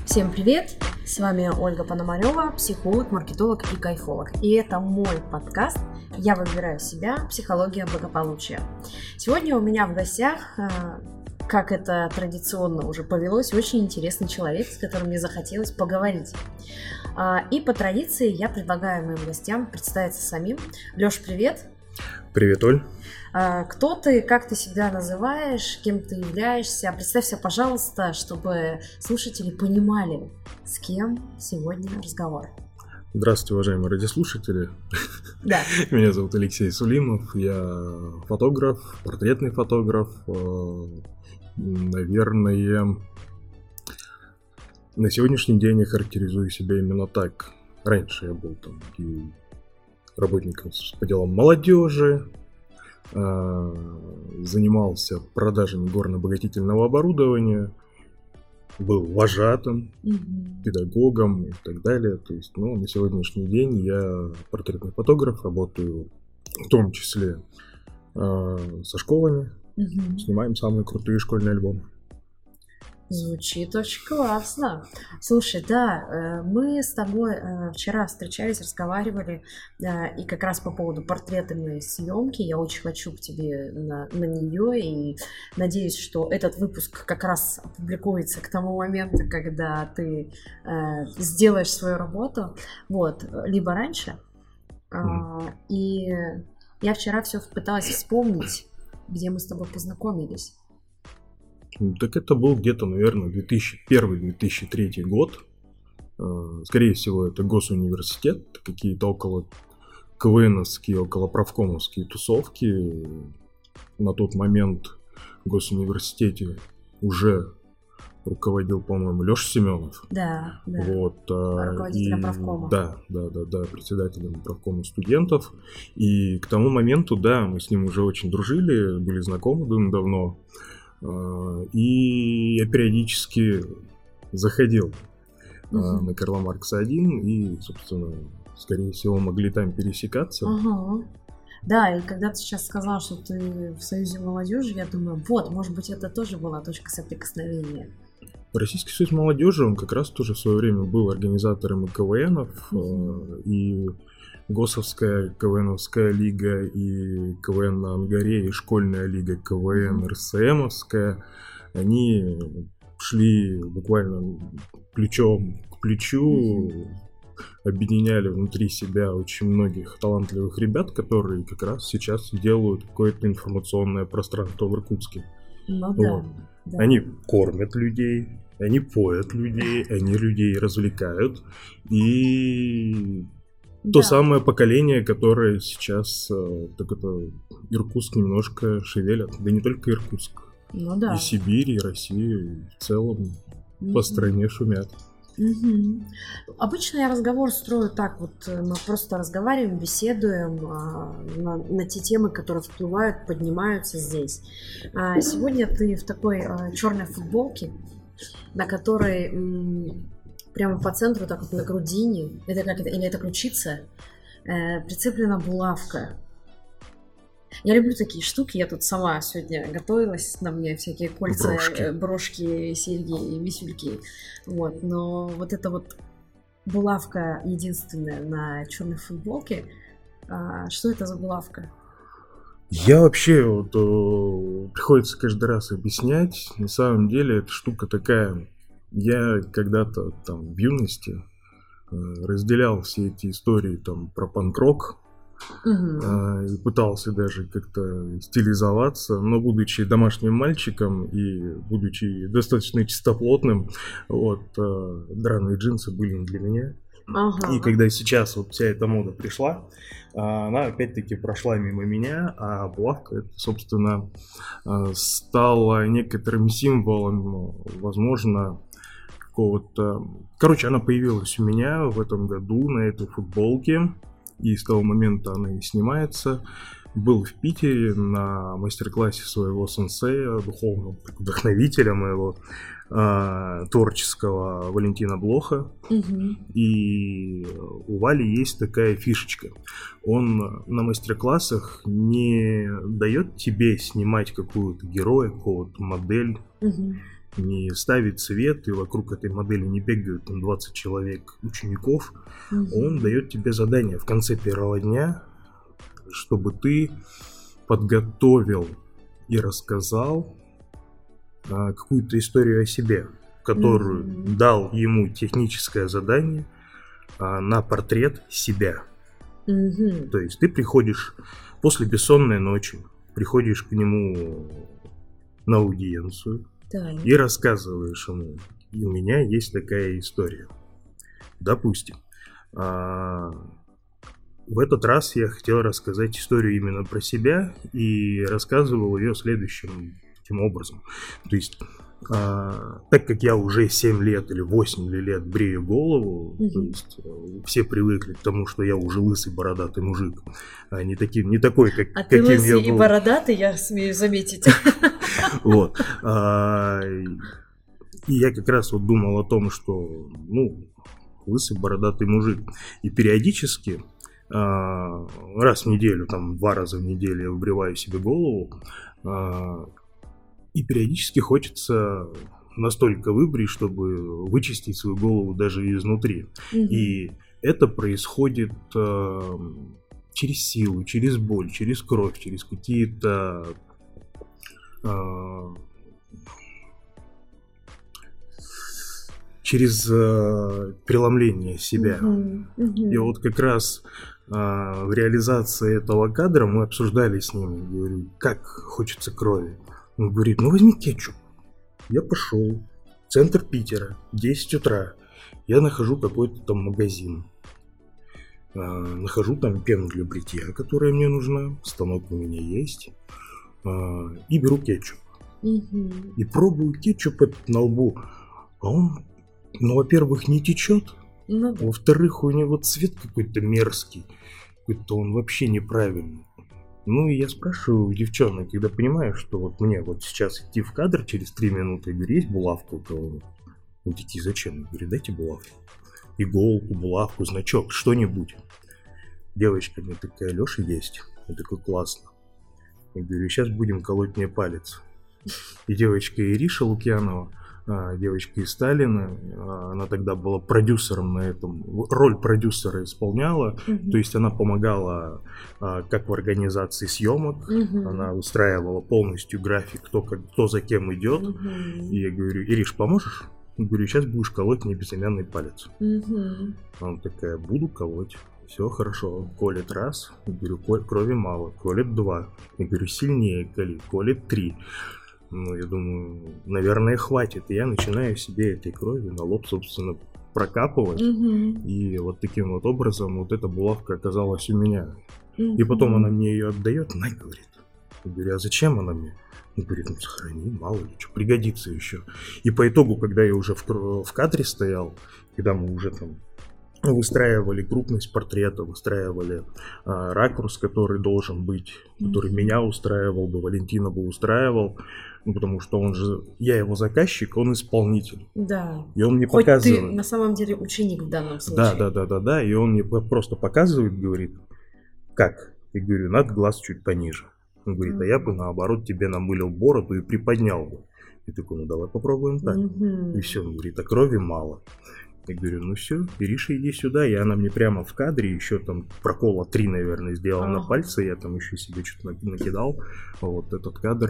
Всем привет! С вами Ольга Пономарева, психолог, маркетолог и кайфолог. И это мой подкаст «Я выбираю себя. Психология благополучия». Сегодня у меня в гостях, как это традиционно уже повелось, очень интересный человек, с которым мне захотелось поговорить. И по традиции я предлагаю моим гостям представиться самим. Лёш, привет! Привет, Оль. Кто ты, как ты себя называешь, кем ты являешься? Представься, пожалуйста, чтобы слушатели понимали, с кем сегодня разговор. Здравствуйте, уважаемые радиослушатели. Да. Меня зовут Алексей Сулимов, я фотограф, портретный фотограф. Наверное, на сегодняшний день я характеризую себя именно так. Раньше я был там и работником по делам молодежи, занимался продажами горно-обогатительного оборудования, был вожатым, педагогом и так далее. То есть, на сегодняшний день я портретный фотограф, работаю в том числе со школами, снимаем самые крутые школьные альбомы. Звучит очень классно. Слушай, да, мы с тобой вчера встречались, разговаривали, и как раз по поводу портретной съемки. Я очень хочу к тебе на нее, и надеюсь, что этот выпуск как раз опубликуется к тому моменту, когда ты сделаешь свою работу, либо раньше. И я вчера все пыталась вспомнить, где мы с тобой познакомились. Так это был где-то, наверное, 2001-2003 год. Скорее всего, это госуниверситет, какие-то около КВНовские, около правкомовские тусовки. На тот момент в госуниверситете уже руководил, по-моему, Лёша Семенов. Да. Руководителем правкома. Да, председателем правкома студентов. И к тому моменту, да, мы с ним уже очень дружили, были знакомы давно. И я периодически заходил на Карла Маркса 1 и, собственно, скорее всего, могли там пересекаться. Да, и когда ты сейчас сказал, что ты в Союзе молодежи, я думаю, может быть, это тоже была точка соприкосновения. Российский союз молодежи, он как раз тоже в свое время был организатором и КВНов, и ГОСовская КВНовская лига, и КВН на Ангаре, и школьная лига КВН РСМовская, они шли буквально плечом к плечу, объединяли внутри себя очень многих талантливых ребят, которые как раз сейчас делают какое-то информационное пространство в Иркутске. Да. Они кормят людей, они поят людей, они людей развлекают, и то самое поколение, которое сейчас так это Иркутск немножко шевелят. Да не только Иркутск. И Сибирь, и Россия, и в целом по стране шумят. Обычно я разговор строю так, мы просто разговариваем, беседуем на те темы, которые всплывают, поднимаются здесь. Сегодня ты в такой черной футболке, на которой прямо по центру, так вот на грудине, или это ключица, прицеплена булавка. Я люблю такие штуки, я тут сама сегодня готовилась, на мне всякие кольца, брошки, серьги и висюльки. Но эта булавка единственная на черной футболке. Что это за булавка? Я вообще приходится каждый раз объяснять. На самом деле эта штука такая. Я когда-то там в юности разделял все эти истории там про панк-рок и пытался даже как-то стилизоваться, но будучи домашним мальчиком и будучи достаточно чистоплотным, драные джинсы были не для меня. И когда сейчас вся эта мода пришла, она опять-таки прошла мимо меня, а булавка, это, собственно, стала некоторым символом, возможно, какого-то... Короче, она появилась у меня в этом году на этой футболке, и с того момента она и снимается. Был в Питере на мастер-классе своего сенсея, духовного вдохновителя моего творческого, Валентина Блоха. И у Вали есть такая фишечка. Он на мастер-классах не дает тебе снимать какую-то героя, какую-то модель. не ставит свет, и вокруг этой модели не бегают там 20 человек учеников. Он дает тебе задание в конце первого дня, чтобы ты подготовил и рассказал какую-то историю о себе, которую дал ему техническое задание на портрет себя. То есть ты приходишь после бессонной ночи, приходишь к нему на аудиенцию и рассказываешь ему: у меня есть такая история. Допустим, в этот раз я хотел рассказать историю именно про себя и рассказывал ее следующим таким образом. То есть, так как я уже 7 лет или 8 лет брею голову, то есть все привыкли к тому, что я уже лысый бородатый мужик, а не такой, как ты каким лысый я и был. бородатый, я смею заметить. Вот. И я как раз вот думал о том, что, лысый бородатый мужик. И периодически, раз в неделю, там 2 раза в неделю я выбриваю себе голову, и периодически хочется настолько выбрить, чтобы вычистить свою голову даже изнутри. И это происходит через силу, через боль, через кровь, через какие-то через преломление себя. И вот как раз в реализации этого кадра мы обсуждали с ним, говорю, как хочется крови. Он говорит: возьми кетчуп. Я пошел в центр Питера, 10 утра. Я нахожу какой-то там магазин. Нахожу там пену для бритья, которая мне нужна. Станок у меня есть. И беру кетчуп. И пробую кетчуп на лбу. А он, во-первых, не течет. Во-вторых, у него цвет какой-то мерзкий. Какой-то он вообще неправильный. И я спрашиваю у девчонок, когда понимаю, что вот мне вот сейчас идти в кадр через 3 минуты, я говорю: есть булавка у кого-нибудь? Они такие: зачем? Я говорю: дайте булавку. Иголку, булавку, значок, что-нибудь. Девочка мне такая: Леша, есть. Я такой: классно. Я говорю: сейчас будем колоть мне палец. И девочка Ириша Лукьянова, девочка из Сталина, она тогда была продюсером на этом, роль продюсера исполняла, то есть она помогала как в организации съемок, она устраивала полностью график, кто за кем идет. И я говорю: Ириш, поможешь? Я говорю: сейчас будешь колоть мне безымянный палец. Она такая: буду колоть. Все хорошо, колет раз. Я говорю: крови мало, колет 2. Я говорю: сильнее коли, колет 3. Я думаю, наверное, хватит. И я начинаю себе этой крови на лоб, собственно, прокапывать. И вот таким вот образом вот эта булавка оказалась у меня. И потом она мне ее отдает, она говорит. Я говорю: а зачем она мне? Он говорит: сохрани, мало ли, что пригодится еще. И по итогу, когда я уже в кадре стоял, когда мы уже там выстраивали крупность портрета, выстраивали ракурс, который должен быть, который меня устраивал бы, Валентина бы устраивал, потому что я его заказчик, он исполнитель. Да. И он мне Хоть показывает. Ты на самом деле ученик в данном случае. Да. И он мне просто показывает, говорит: как? Я говорю: надо глаз чуть пониже. Он говорит: а я бы наоборот тебе намылил бороду и приподнял бы. Я такой: давай попробуем так. И все, он говорит: а крови мало. Я говорю: все, Ириша, иди сюда. И она мне прямо в кадре еще там прокола 3, наверное, сделала на пальце. Я там еще себе что-то накидал. Вот этот кадр.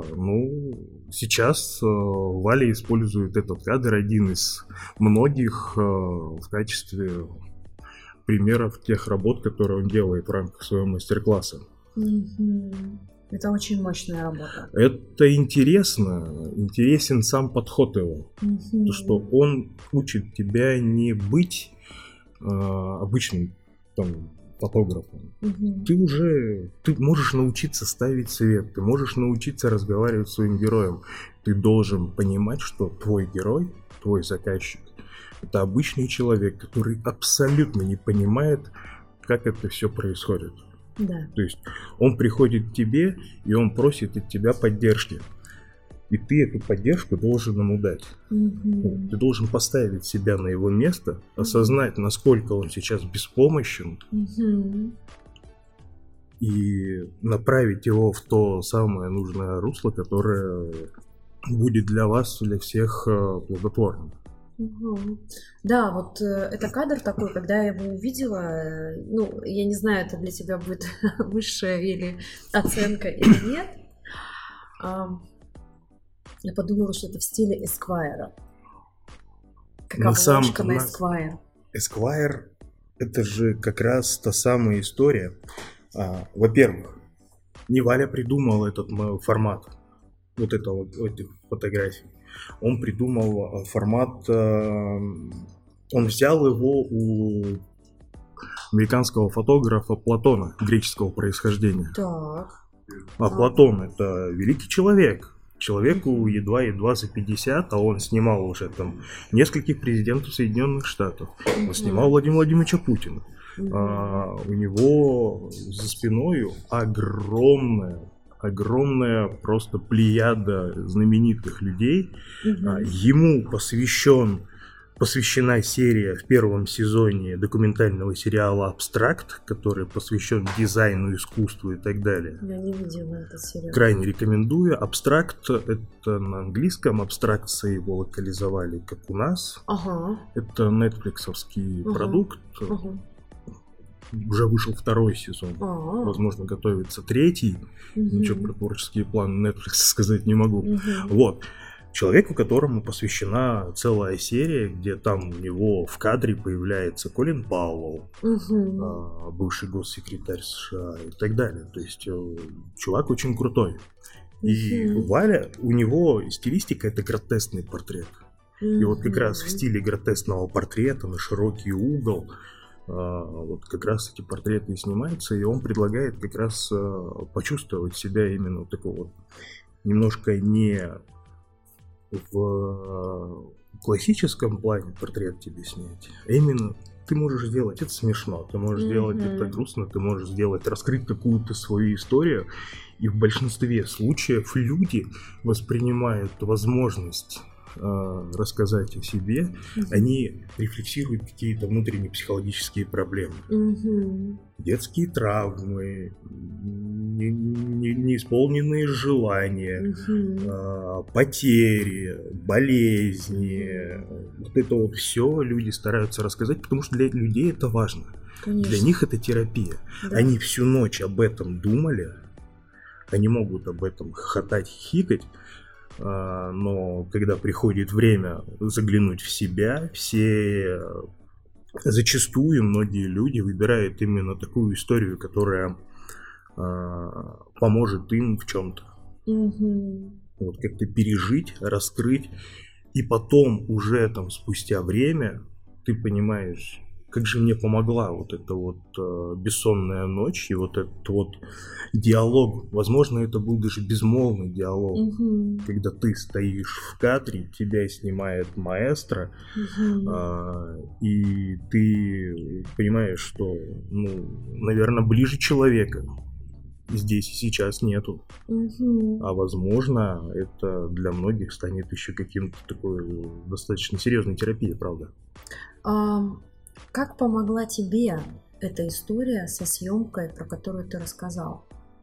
Сейчас Валя использует этот кадр, один из многих, в качестве примеров тех работ, которые он делает в рамках своего мастер-класса. Это очень мощная работа. Это интересен сам подход его. То, что он учит тебя не быть обычным фотографом. Ты можешь научиться ставить свет, ты можешь научиться разговаривать с своим героем. Ты должен понимать, что твой герой, твой заказчик, это обычный человек, который абсолютно не понимает, как это все происходит. Да. То есть он приходит к тебе, и он просит от тебя поддержки. И ты эту поддержку должен ему дать. Ты должен поставить себя на его место, осознать, насколько он сейчас беспомощен, и направить его в то самое нужное русло, которое будет для вас, для всех плодотворным. Да, вот это кадр такой, когда я его увидела, ну, я не знаю, это для тебя будет высшая или оценка или нет. Я подумала, что это в стиле Esquire. Как обложка на Esquire. Esquire — это же как раз та самая история. Во-первых, не Валя придумал этот формат вот этих фотографий. Он придумал формат, он взял его у американского фотографа Платона, греческого происхождения. Так. Платон — это великий человек. Человеку едва за 50, а он снимал уже там нескольких президентов Соединенных Штатов. Он снимал Владимира Владимировича Путина. У него за спиной огромная просто плеяда знаменитых людей. Ему посвящена серия в первом сезоне документального сериала «Абстракт», который посвящен дизайну, искусству и так далее. Я не видела этот сериал. Крайне рекомендую. «Абстракт» — это на английском, абстракция его локализовали, как у нас. Это нетфликсовский продукт. Уже вышел второй сезон. Возможно, готовится третий. Ничего про творческие планы Netflix сказать не могу. Вот. Человеку, которому посвящена целая серия, где там у него в кадре появляется Колин Пауэлл, бывший госсекретарь США и так далее. То есть чувак очень крутой. И Валя, у него стилистика — это гротескный портрет. И вот как раз в стиле гротескного портрета на широкий угол вот как раз эти портреты и снимаются, и он предлагает как раз почувствовать себя именно вот такого вот немножко не в классическом плане портрет тебе снять, а именно ты можешь сделать это смешно, ты можешь сделать это грустно, ты можешь сделать, раскрыть какую-то свою историю, и в большинстве случаев люди воспринимают возможность рассказать о себе, они рефлексируют какие-то внутренние психологические проблемы. Детские травмы, неисполненные желания, потери, болезни. Вот это вот все люди стараются рассказать, потому что для людей это важно. Конечно. Для них это терапия. Да. Они всю ночь об этом думали, они могут об этом хохотать, хихикать, но когда приходит время заглянуть в себя, зачастую многие люди выбирают именно такую историю, которая поможет им в чем-то. Вот как-то пережить, раскрыть, и потом уже там спустя время ты понимаешь, как же мне помогла вот эта вот бессонная ночь и вот этот вот диалог. Возможно, это был даже безмолвный диалог, когда ты стоишь в кадре, тебя снимает маэстро, и ты понимаешь, что, наверное, ближе человека здесь и сейчас нету. А возможно, это для многих станет еще каким-то такой достаточно серьезной терапией, правда. Как помогла тебе эта история со съемкой, про которую ты рассказал?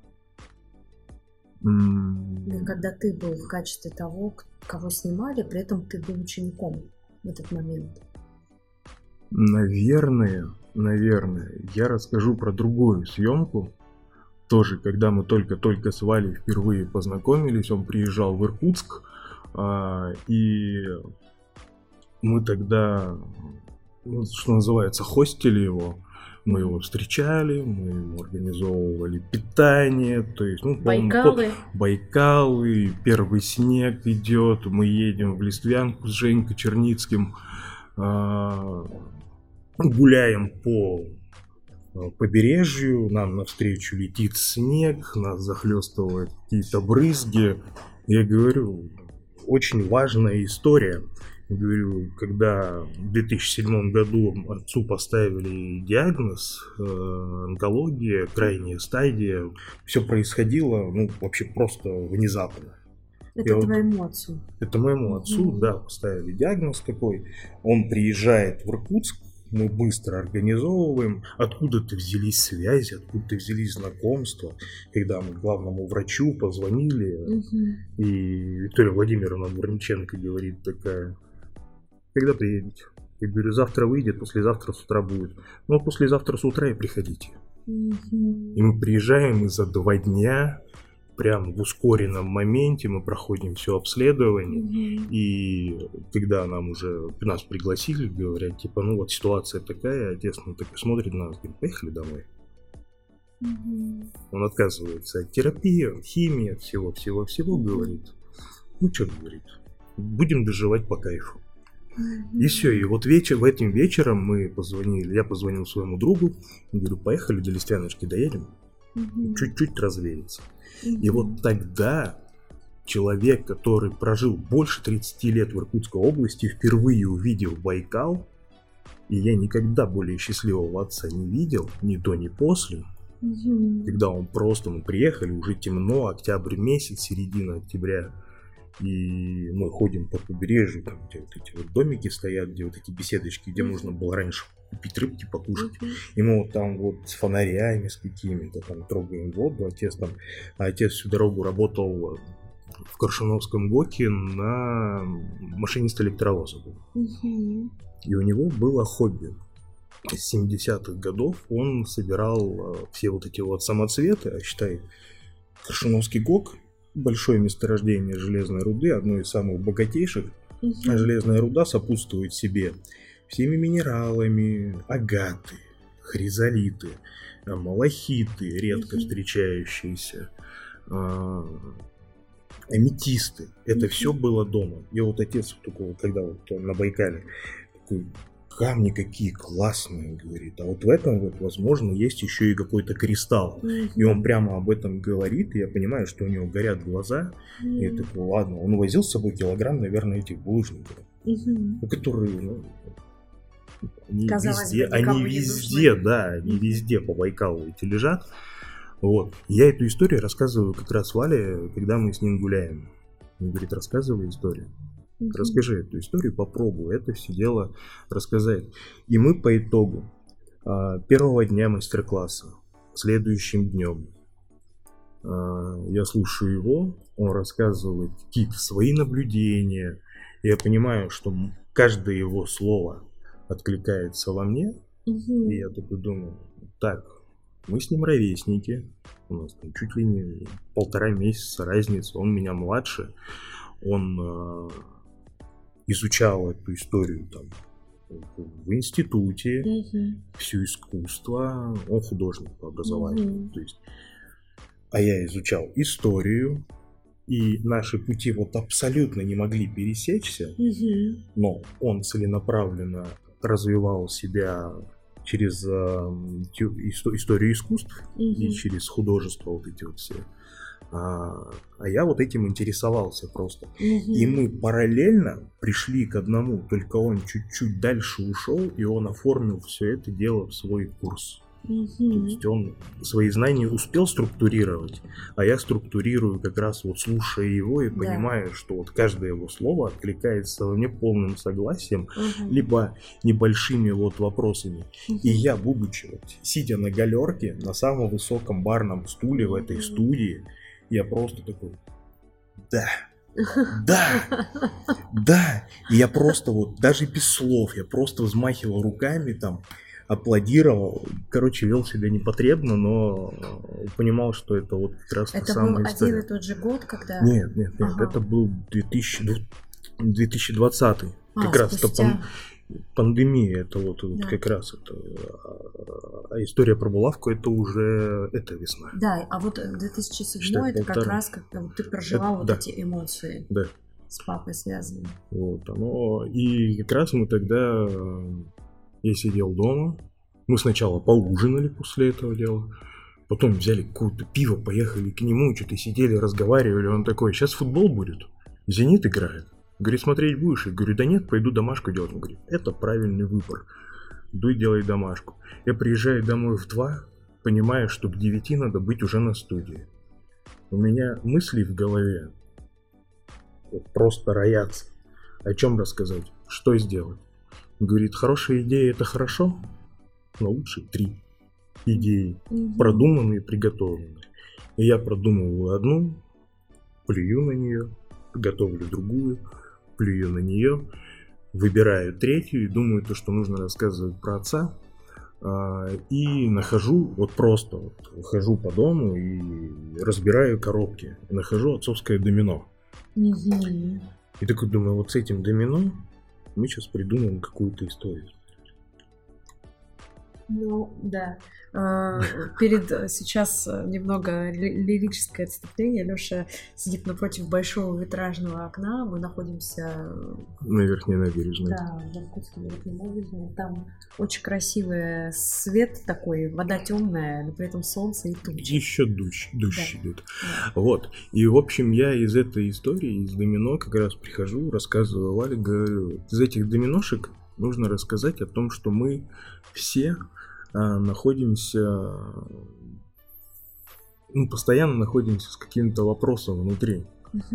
Когда ты был в качестве того, кого снимали, при этом ты был учеником в этот момент. Наверное, я расскажу про другую съемку. Тоже, когда мы только с Валей впервые познакомились, он приезжал в Иркутск, и мы тогда, что называется, хостили его. Мы его встречали, мы ему организовывали питание, то есть, Байкалы, первый снег идет, мы едем в Листвянку с Женькой Черницким, гуляем по побережью, нам навстречу летит снег, нас захлестывают какие-то брызги. Я говорю, очень важная история. Я говорю, когда в 2007 году отцу поставили диагноз, онкология, крайняя стадия, все происходило, вообще просто внезапно. Это твоему отцу? Это моему отцу, да, поставили диагноз такой. Он приезжает в Иркутск, мы быстро организовываем, откуда-то взялись связи, откуда-то взялись знакомства, когда мы главному врачу позвонили, и Виктория Владимировна Дворниченко говорит такая: когда приедете? Я говорю, завтра выйдет, послезавтра с утра будет. Ну, послезавтра с утра и приходите. И мы приезжаем, и за 2 дня, прям в ускоренном моменте, мы проходим все обследование. И когда нас пригласили, говорят, типа, ну вот ситуация такая, отец так смотрит на нас, говорит, поехали домой. Он отказывается от терапии, химии, от всего-всего-всего, говорит. Ну, что говорит, будем доживать по кайфу. И все, и вот этим вечером я позвонил своему другу, говорю, поехали до Листвяночки доедем, чуть-чуть развеяться. И вот тогда человек, который прожил больше 30 лет в Иркутской области, впервые увидел Байкал, и я никогда более счастливого отца не видел, ни до, ни после, когда мы приехали, уже темно, октябрь месяц, середина октября, и мы ходим по побережью, там, где вот эти вот домики стоят, где вот эти беседочки, где можно было раньше купить рыбки, покушать. И мы вот там вот с фонарями, с какими-то там трогаем воду. Отец всю дорогу работал в Коршуновском ГОКе на машиниста электровоза. И у него было хобби. С 70-х годов он собирал все вот эти вот самоцветы, а считай, Коршуновский ГОК, большое месторождение железной руды, одно из самых богатейших. А железная руда сопутствует себе всеми минералами: агаты, хризолиты, малахиты, редко встречающиеся, аметисты. Это все было дома. И вот отец, когда вот на Байкале, такой: камни какие классные, говорит, а вот в этом вот, возможно, есть еще и какой-то кристалл. И он прямо об этом говорит, и я понимаю, что у него горят глаза. И я такой, ладно, он возил с собой килограмм, наверное, этих булыжников, которые, они везде по Байкалу эти лежат. Вот. Я эту историю рассказываю как раз Вале, когда мы с ним гуляем. Он говорит, рассказывай историю. Расскажи эту историю, попробуй это все дело рассказать. И мы по итогу первого дня мастер-класса, следующим днем, я слушаю его, он рассказывает какие-то свои наблюдения. Я понимаю, что каждое его слово откликается во мне. И я такой думаю, так, мы с ним ровесники, у нас там чуть ли не 1,5 месяца разница, он меня младше, он изучал эту историю там в институте, все искусство, он художник по образованию, то есть, а я изучал историю, и наши пути вот абсолютно не могли пересечься, но он целенаправленно развивал себя через историю искусств и через художество, вот эти вот все. А я вот этим интересовался просто. И мы параллельно пришли к одному, только он чуть-чуть дальше ушел, и он оформил все это дело в свой курс. То есть он свои знания успел структурировать, а я структурирую как раз вот слушая его и понимаю, что вот каждое его слово откликается во мне полным согласием, либо небольшими вот вопросами. И я, будучи вот, сидя на галерке, на самом высоком барном стуле в этой студии, я просто такой, да, и я просто вот, даже без слов, я просто взмахивал руками там, аплодировал, короче, вел себя непотребно, но понимал, что это вот как раз это самая был история. один и тот же год, когда... Нет, это был 2020, как раз это пандемия, это вот как раз это, а история про булавку это уже эта весна. Да, а вот 2007 это как раз, когда ты проживал эти эмоции с папой связанные. Вот, и как раз мы тогда... Я сидел дома, мы сначала поужинали после этого дела, потом взяли какое-то пиво, поехали к нему, что-то сидели, разговаривали, он такой, сейчас футбол будет, «Зенит» играет. Говорит, смотреть будешь? Я говорю, да нет, пойду домашку делать. Он говорит, это правильный выбор, иду и делай домашку. Я приезжаю домой в 2, понимаю, что к 9 надо быть уже на студии. У меня мысли в голове просто роятся. О чем рассказать, что сделать. Говорит, хорошая идея это хорошо, но лучше 3 идеи, продуманные, приготовленные. И я продумываю одну, плюю на нее, готовлю другую, плюю на нее, выбираю третью и думаю то, что нужно рассказывать про отца. И нахожу, вот просто вот, хожу по дому и разбираю коробки. И нахожу отцовское домино. И такой думаю, вот с этим домино мы сейчас придумаем какую-то историю. Ну, да. Перед сейчас немного лирическое отступление. Лёша сидит напротив большого витражного окна. Мы находимся на Верхней набережной. Да, в Иркутской Верхней набережной. Там очень красивый свет такой, вода темная, но при этом солнце и тучи. Еще дождь идет. Да. Вот. И, в общем, я из этой истории, из домино, как раз прихожу, рассказываю Вале, говорю, из этих доминошек нужно рассказать о том, что мы все находимся, постоянно находимся с каким-то вопросом внутри.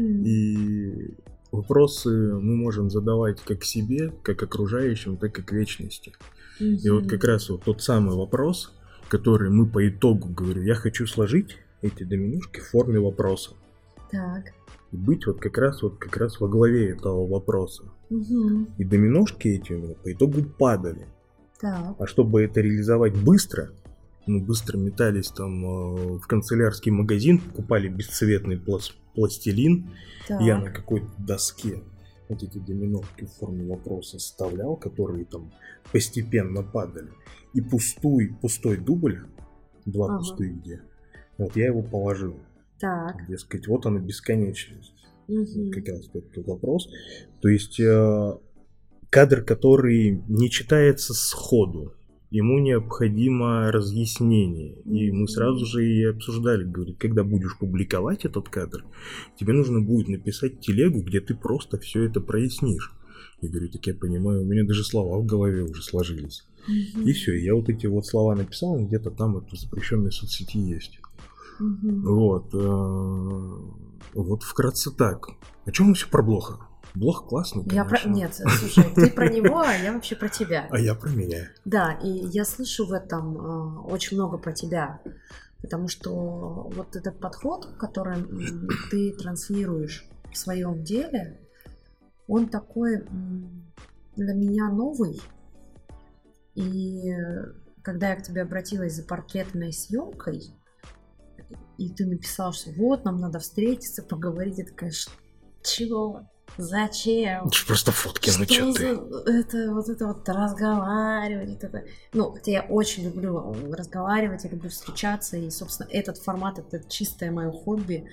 И вопросы мы можем задавать как к себе, как к окружающим, так и к вечности. И вот как раз вот тот самый вопрос, который мы по итогу, говорю, я хочу сложить эти доминошки в форме вопроса. Так. И быть вот как раз во главе этого вопроса. И доминошки эти у меня по итогу падали. Так. А чтобы это реализовать быстро, мы быстро метались там в канцелярский магазин, покупали бесцветный пластилин. Так. Я на какой-то доске вот эти доминошки в форме вопроса вставлял, которые там постепенно падали. И пустой дубль, 2 пустые где, вот я его положил. Так. Дескать, вот она бесконечность. Как раз этот вопрос. То есть кадр, который не читается сходу, ему необходимо разъяснение. И мы сразу же и обсуждали, говорит, когда будешь публиковать этот кадр, тебе нужно будет написать телегу, где ты просто все это прояснишь. Я говорю, так я понимаю, у меня даже слова в голове уже сложились. И все, я вот эти вот слова написал, где-то там это в запрещенной соцсети есть. Вот вкратце так. О чем мы все про Блоха? Блох классный, конечно. Нет, слушай, ты про него, а я вообще про тебя. А я про меня. Да, и я слышу в этом очень много про тебя. Потому что вот этот подход, который ты транслируешь в своем деле, он такой для меня новый. И когда я к тебе обратилась за портретной съемкой, и ты написал, что вот, нам надо встретиться, поговорить, я такая, чего? Зачем? Это просто фотки, ну что ты? Это разговаривать. Хотя я очень люблю разговаривать, я люблю встречаться, и, собственно, этот формат, это чистое мое хобби.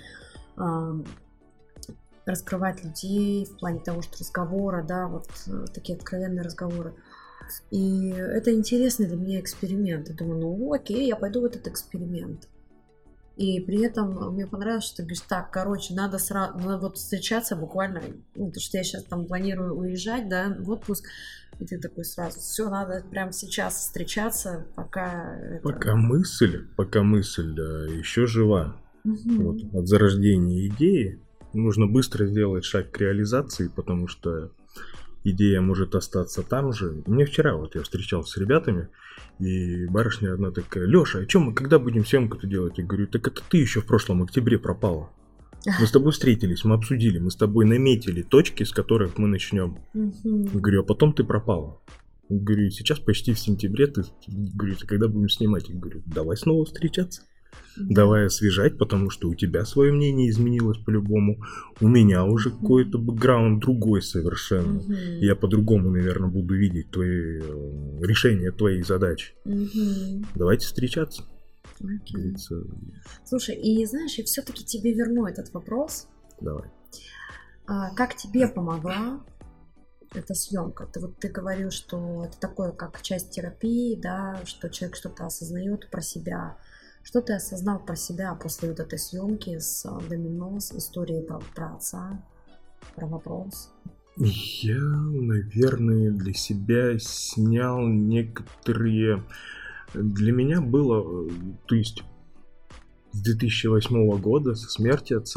Раскрывать людей в плане того, что разговора, да, вот такие откровенные разговоры. И это интересный для меня эксперимент. Я думаю, окей, я пойду в этот эксперимент. И при этом мне понравилось, что ты говоришь, так, надо сразу встречаться буквально, потому что я сейчас там планирую уезжать, да, в отпуск, и ты такой сразу, все, надо прямо сейчас встречаться, пока мысль еще жива. Вот, от зарождения идеи нужно быстро сделать шаг к реализации, потому что идея может остаться там же. Мне вчера я встречался с ребятами, и барышня одна такая, Леша, мы когда будем съемку-то делать? Я говорю, так это ты еще в прошлом октябре пропала. Мы с тобой встретились, мы обсудили, мы с тобой наметили точки, с которых мы начнем. Я говорю, а потом ты пропала. Я говорю, сейчас почти в сентябре, ты когда будем снимать? Я говорю, давай снова встречаться. Давай освежать, потому что у тебя свое мнение изменилось по-любому. У меня уже какой-то бэкграунд другой совершенно. Я по-другому, наверное, буду видеть решение твоих задач. Давайте встречаться. Слушай, и знаешь, я все-таки тебе верну этот вопрос. Давай. Как тебе помогла эта съемка? Ты говорил, что это такое, как часть терапии, да, что человек что-то осознает про себя. Что ты осознал про себя после вот этой съемки с домино, с историей про отца, про вопрос? Я, наверное, для себя снял некоторые... Для меня было, то есть с 2008 года, со смерти отца,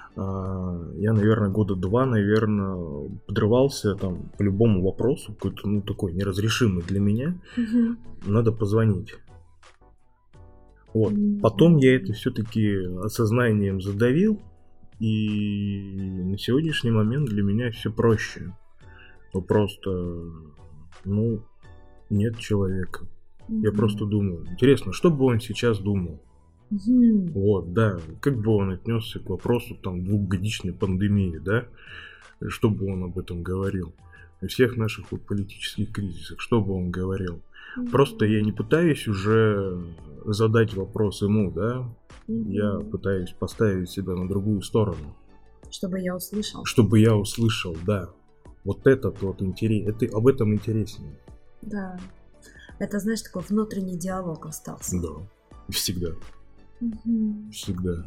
я, наверное, года 2, наверное, подрывался там по любому вопросу, какой-то, ну, такой неразрешимый для меня. Надо позвонить. Вот. Потом я это все-таки осознанием задавил, и на сегодняшний момент для меня все проще. Ну, просто, ну, нет человека. Я просто думаю, интересно, что бы он сейчас думал? Вот, да, как бы он отнесся к вопросу там 2-годичной пандемии, да? Что бы он об этом говорил? О всех наших вот политических кризисах, что бы он говорил? Просто я не пытаюсь уже задать вопрос ему, да? Я пытаюсь поставить себя на другую сторону. Чтобы я услышал. Чтобы я услышал, да. Вот этот вот интерес, это об этом интереснее. Да. Это, знаешь, такой внутренний диалог остался. Да, всегда. Всегда.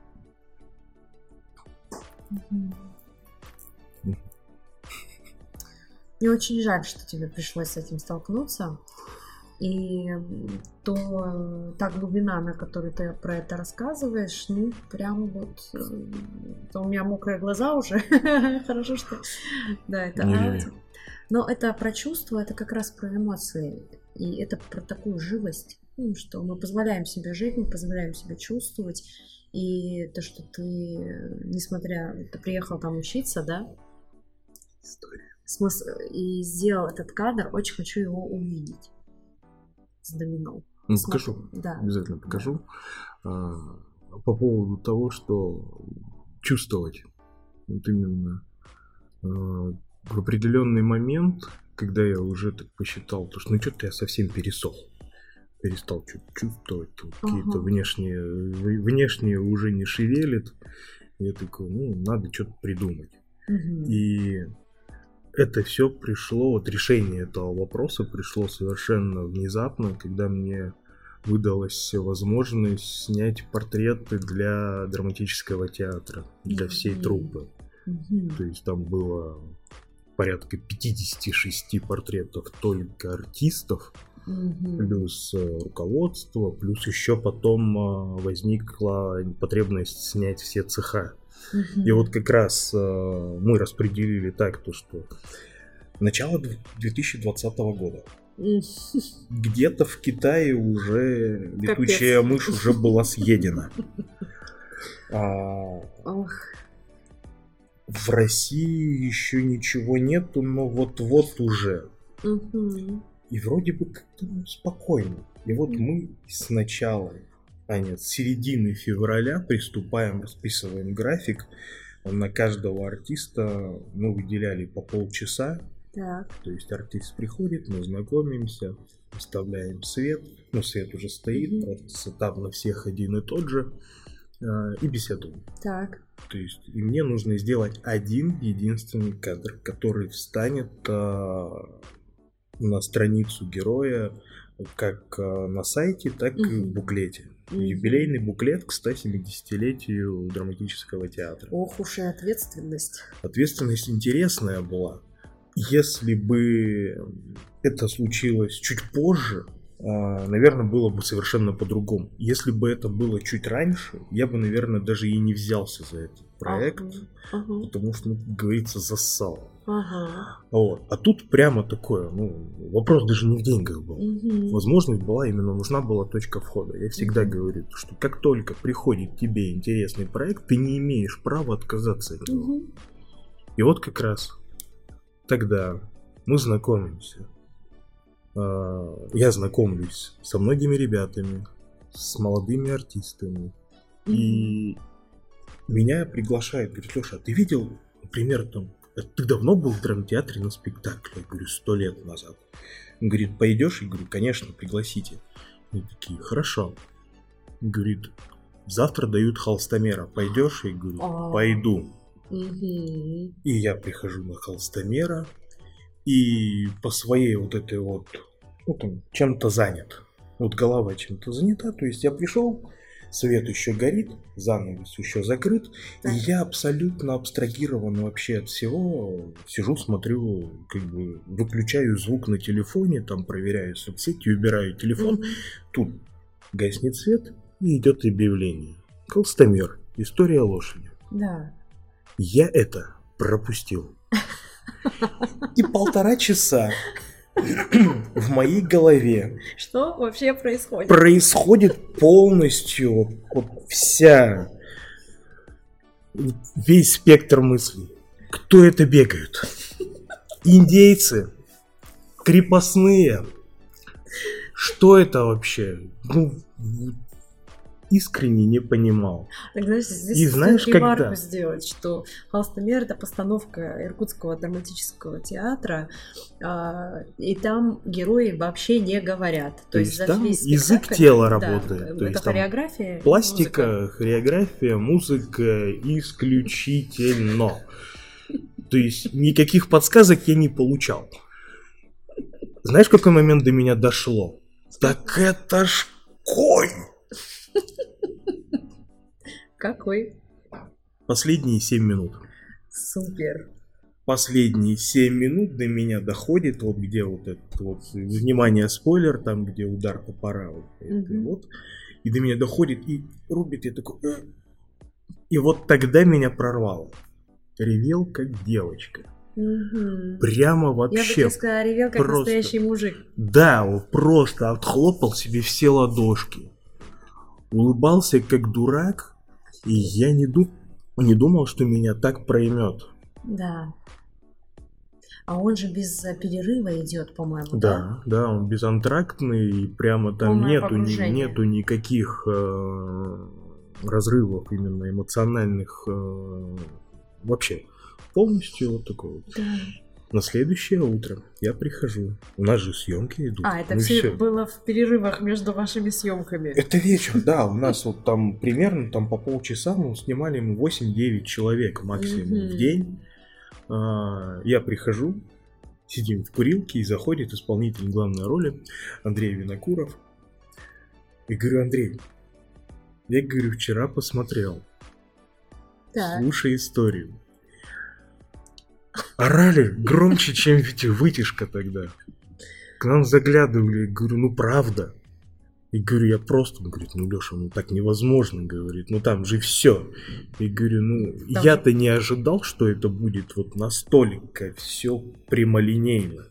Мне очень жаль, что тебе пришлось с этим столкнуться. И та глубина, на которой ты про это рассказываешь, ну, прям вот... У меня мокрые глаза уже. Хорошо, что... Да, это аудио. Но это про чувства, это как раз про эмоции. И это про такую живость, что мы позволяем себе жить, мы позволяем себе чувствовать. И то, что ты, несмотря... Ты приехал там учиться, да? И сделал этот кадр, очень хочу его увидеть. С домино. Ну, покажу. Да. Обязательно покажу. Да. По поводу того, что чувствовать. Вот именно в определенный момент, когда я уже так посчитал, то что ну что-то я совсем пересох. Перестал что-то чувствовать. Какие-то внешние уже не шевелит. Я такой, ну, надо что-то придумать. И это все пришло, вот решение этого вопроса пришло совершенно внезапно, когда мне выдалась возможность снять портреты для драматического театра, для всей труппы. То есть там было порядка 56 портретов только артистов, плюс руководство, плюс еще потом возникла потребность снять все цеха. И вот как раз мы распределили так, то что начало 2020 года. Где-то в Китае уже летучая мышь уже была съедена. В России еще ничего нету, но вот-вот уже. И вроде бы как-то спокойно. И вот мы сначала... с середины февраля приступаем, расписываем график. На каждого артиста мы выделяли по полчаса. Так. То есть артист приходит, мы знакомимся, выставляем свет. Ну, свет уже стоит, просто сетап на всех один и тот же. И беседуем. Так. То есть и мне нужно сделать один единственный кадр, который встанет на страницу героя как на сайте, так и в буклете. Юбилейный буклет к 170-летию драматического театра. Ох уж и ответственность. Ответственность интересная была. Если бы это случилось чуть позже, наверное, было бы совершенно по-другому. Если бы это было чуть раньше, я бы, наверное, даже и не взялся за этот проект, потому что, ну, как говорится, зассал. Вот. А тут прямо такое, ну, вопрос даже не в деньгах был. Возможность была, именно нужна была точка входа. Я всегда говорю, что как только приходит тебе интересный проект, ты не имеешь права отказаться от него. И вот как раз тогда мы знакомимся. Я знакомлюсь со многими ребятами, с молодыми артистами. И меня приглашают, говорит: Леша, а ты видел, например, там, ты давно был в драмтеатре на спектакле? Я говорю, 100 лет назад. Он говорит, пойдешь? Я говорю, конечно, пригласите. Они такие, хорошо. Он говорит, завтра дают Холстомера, пойдешь? Я говорю, пойду. И я прихожу на Холстомера, и по своей вот этой вот, ну, там, чем-то занят. Вот голова чем-то занята, то есть я пришел, свет еще горит, занавес еще закрыт, и я абсолютно абстрагирован вообще от всего. Сижу, смотрю, как бы выключаю звук на телефоне, там проверяю соцсети, убираю телефон. Тут гаснет свет, и идет объявление. Холстомер. История лошади. Да. Я это пропустил. И 1,5 часа в моей голове Что вообще происходит? происходит полностью вот весь спектр мыслей. Кто это бегают? Индейцы? Крепостные? Что это вообще? Искренне не понимал. Так, здесь И знаешь, стоит ремарку когда? сделать, что «Холстомер» — это постановка Иркутского драматического театра, и там герои вообще не говорят. То есть за там весь язык спектакль, тела да, работает. То это есть там хореография, пластика, музыка. хореография, музыка исключительно. То есть никаких подсказок я не получал. Знаешь, в какой момент до меня дошло? Так это ж конь! Какой? Последние 7 минут. Супер. Последние 7 минут до меня доходит, вот где вот этот вот, внимание, спойлер, там где удар топора, вот, вот, и до меня доходит и рубит, я такой, и вот тогда меня прорвало. Ревел как девочка. Прямо вообще. Я бы сказала, ревел как просто, настоящий мужик. Да, вот просто отхлопал себе все ладошки. Улыбался как дурак. И я не думал, что меня так проймет. Да. А он же без перерыва идет, по-моему, да? Да, он безантрактный, и прямо там нету никаких разрывов именно эмоциональных. Вообще, полностью вот такой вот. Да. На следующее утро я прихожу. У нас же съемки идут. Это все было в перерывах между вашими съемками. Это вечер, да. У нас вот там примерно там по полчаса мы снимали 8-9 человек максимум в день. Я прихожу, сидим в курилке, и заходит исполнитель главной роли Андрей Винокуров. И говорю: Андрей, я говорю, вчера посмотрел. Так. Слушай историю. Орали громче, чем вытяжка тогда. К нам заглядывали, говорю, ну правда. И говорю, я просто, он говорит, ну Леша, ну так невозможно, говорит, ну там же все. И говорю, ну там я-то не ожидал, что это будет вот настолько все прямолинейно.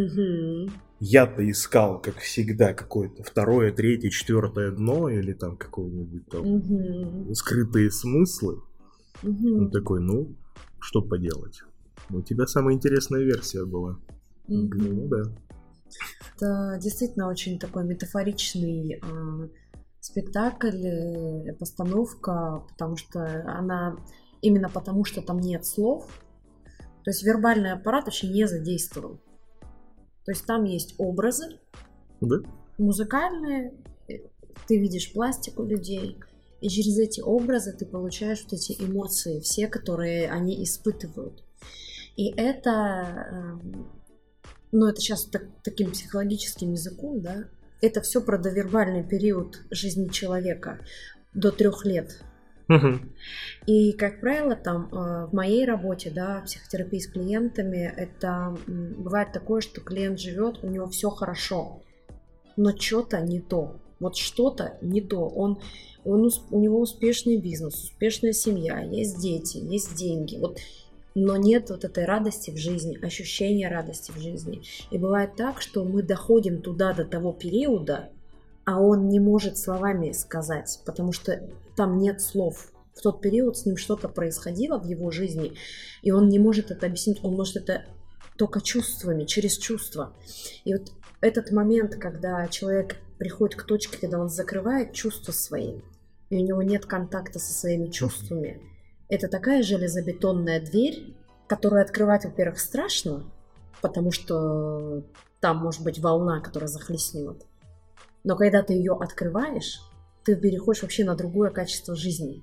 Я-то искал, как всегда, какое-то 2, 3, 4 дно или там какое-нибудь там скрытые смыслы. Он такой, ну, что поделать. У тебя самая интересная версия была. Ну да. Это действительно очень такой метафоричный спектакль, постановка, потому что она именно потому, что там нет слов. То есть вербальный аппарат вообще не задействован. То есть там есть образы, музыкальные, ты видишь пластику людей, и через эти образы ты получаешь вот эти эмоции, все, которые они испытывают. И это, это сейчас таким психологическим языком, да, это все про довербальный период жизни человека до 3 лет. И, как правило, там в моей работе, да, психотерапии с клиентами, это бывает такое, что клиент живет, у него все хорошо, но что-то не то. Вот что-то не то. У него успешный бизнес, успешная семья, есть дети, есть деньги. Но нет вот этой радости в жизни, ощущения радости в жизни. И бывает так, что мы доходим туда до того периода, а он не может словами сказать, потому что там нет слов. В тот период с ним что-то происходило в его жизни, и он не может это объяснить, он может это только чувствами, через чувства. И вот этот момент, когда человек приходит к точке, когда он закрывает чувства свои, и у него нет контакта со своими чувствами, это такая железобетонная дверь, которую открывать, во-первых, страшно, потому что там может быть волна, которая захлестнет. Но когда ты ее открываешь, ты переходишь вообще на другое качество жизни.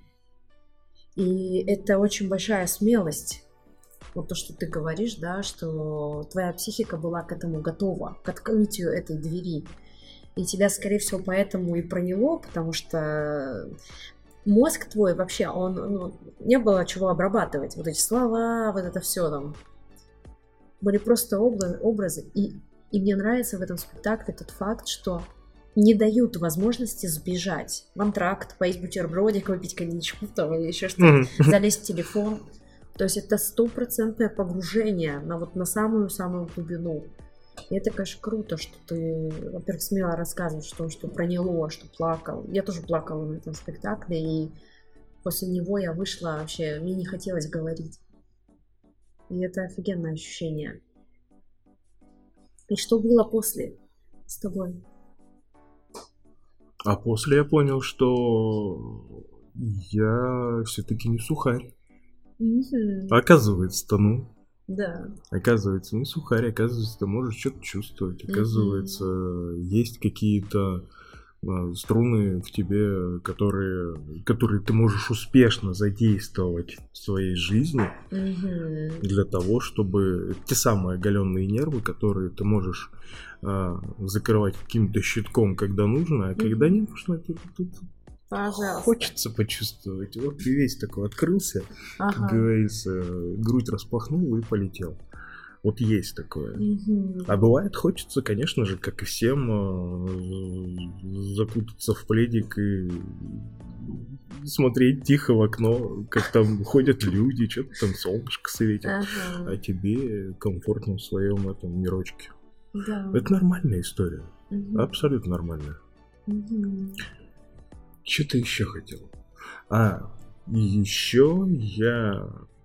И это очень большая смелость. Вот то, что ты говоришь, да, что твоя психика была к этому готова, к открытию этой двери. И тебя, скорее всего, поэтому и проняло, потому что мозг твой вообще, он не было чего обрабатывать. Вот эти слова, вот это все там. Были просто образы. И мне нравится в этом спектакле тот факт, что не дают возможности сбежать в антракт, поесть бутербродик, выпить коньячку там, или еще что-то, залезть в телефон. То есть это 100% погружение на самую-самую глубину. И это, конечно, круто, что ты, во-первых, смело рассказываешь о том, что проняло, что плакал. Я тоже плакала на этом спектакле, и после него я вышла вообще, мне не хотелось говорить. И это офигенное ощущение. И что было после с тобой? А после я понял, что я все-таки не сухарь. Оказывается, Да. Оказывается, не сухарь, оказывается, ты можешь что-то чувствовать. Оказывается, есть какие-то струны в тебе, которые ты можешь успешно задействовать в своей жизни для того, чтобы те самые оголенные нервы, которые ты можешь закрывать каким-то щитком, когда нужно, а когда не нужно, тут хочется почувствовать. Вот ты весь такой открылся, как говорится, грудь распахнул и полетел. Вот есть такое. А бывает, хочется, конечно же, как и всем, закутаться в пледик и смотреть тихо в окно, как там ходят люди, что-то там солнышко светит, а тебе комфортно в своем этом мирочке. Да. Это нормальная история. Абсолютно нормальная. Что ты еще хотел? Еще я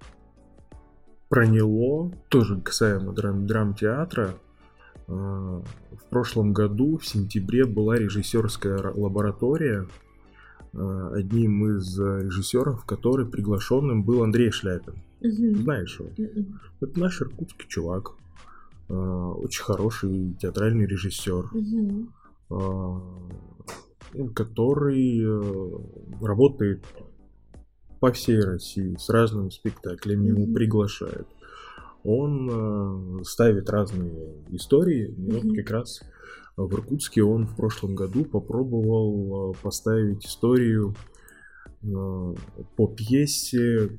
проняло, тоже касаемо драмтеатра. В прошлом году, в сентябре, была режиссерская лаборатория. Одним из режиссеров, который приглашенным был Андрей Шляпин. Знаешь его? Это наш иркутский чувак. Очень хороший театральный режиссер. Который работает по всей России с разными спектаклями, его приглашают. Он ставит разные истории. Вот как раз в Иркутске он в прошлом году попробовал поставить историю по пьесе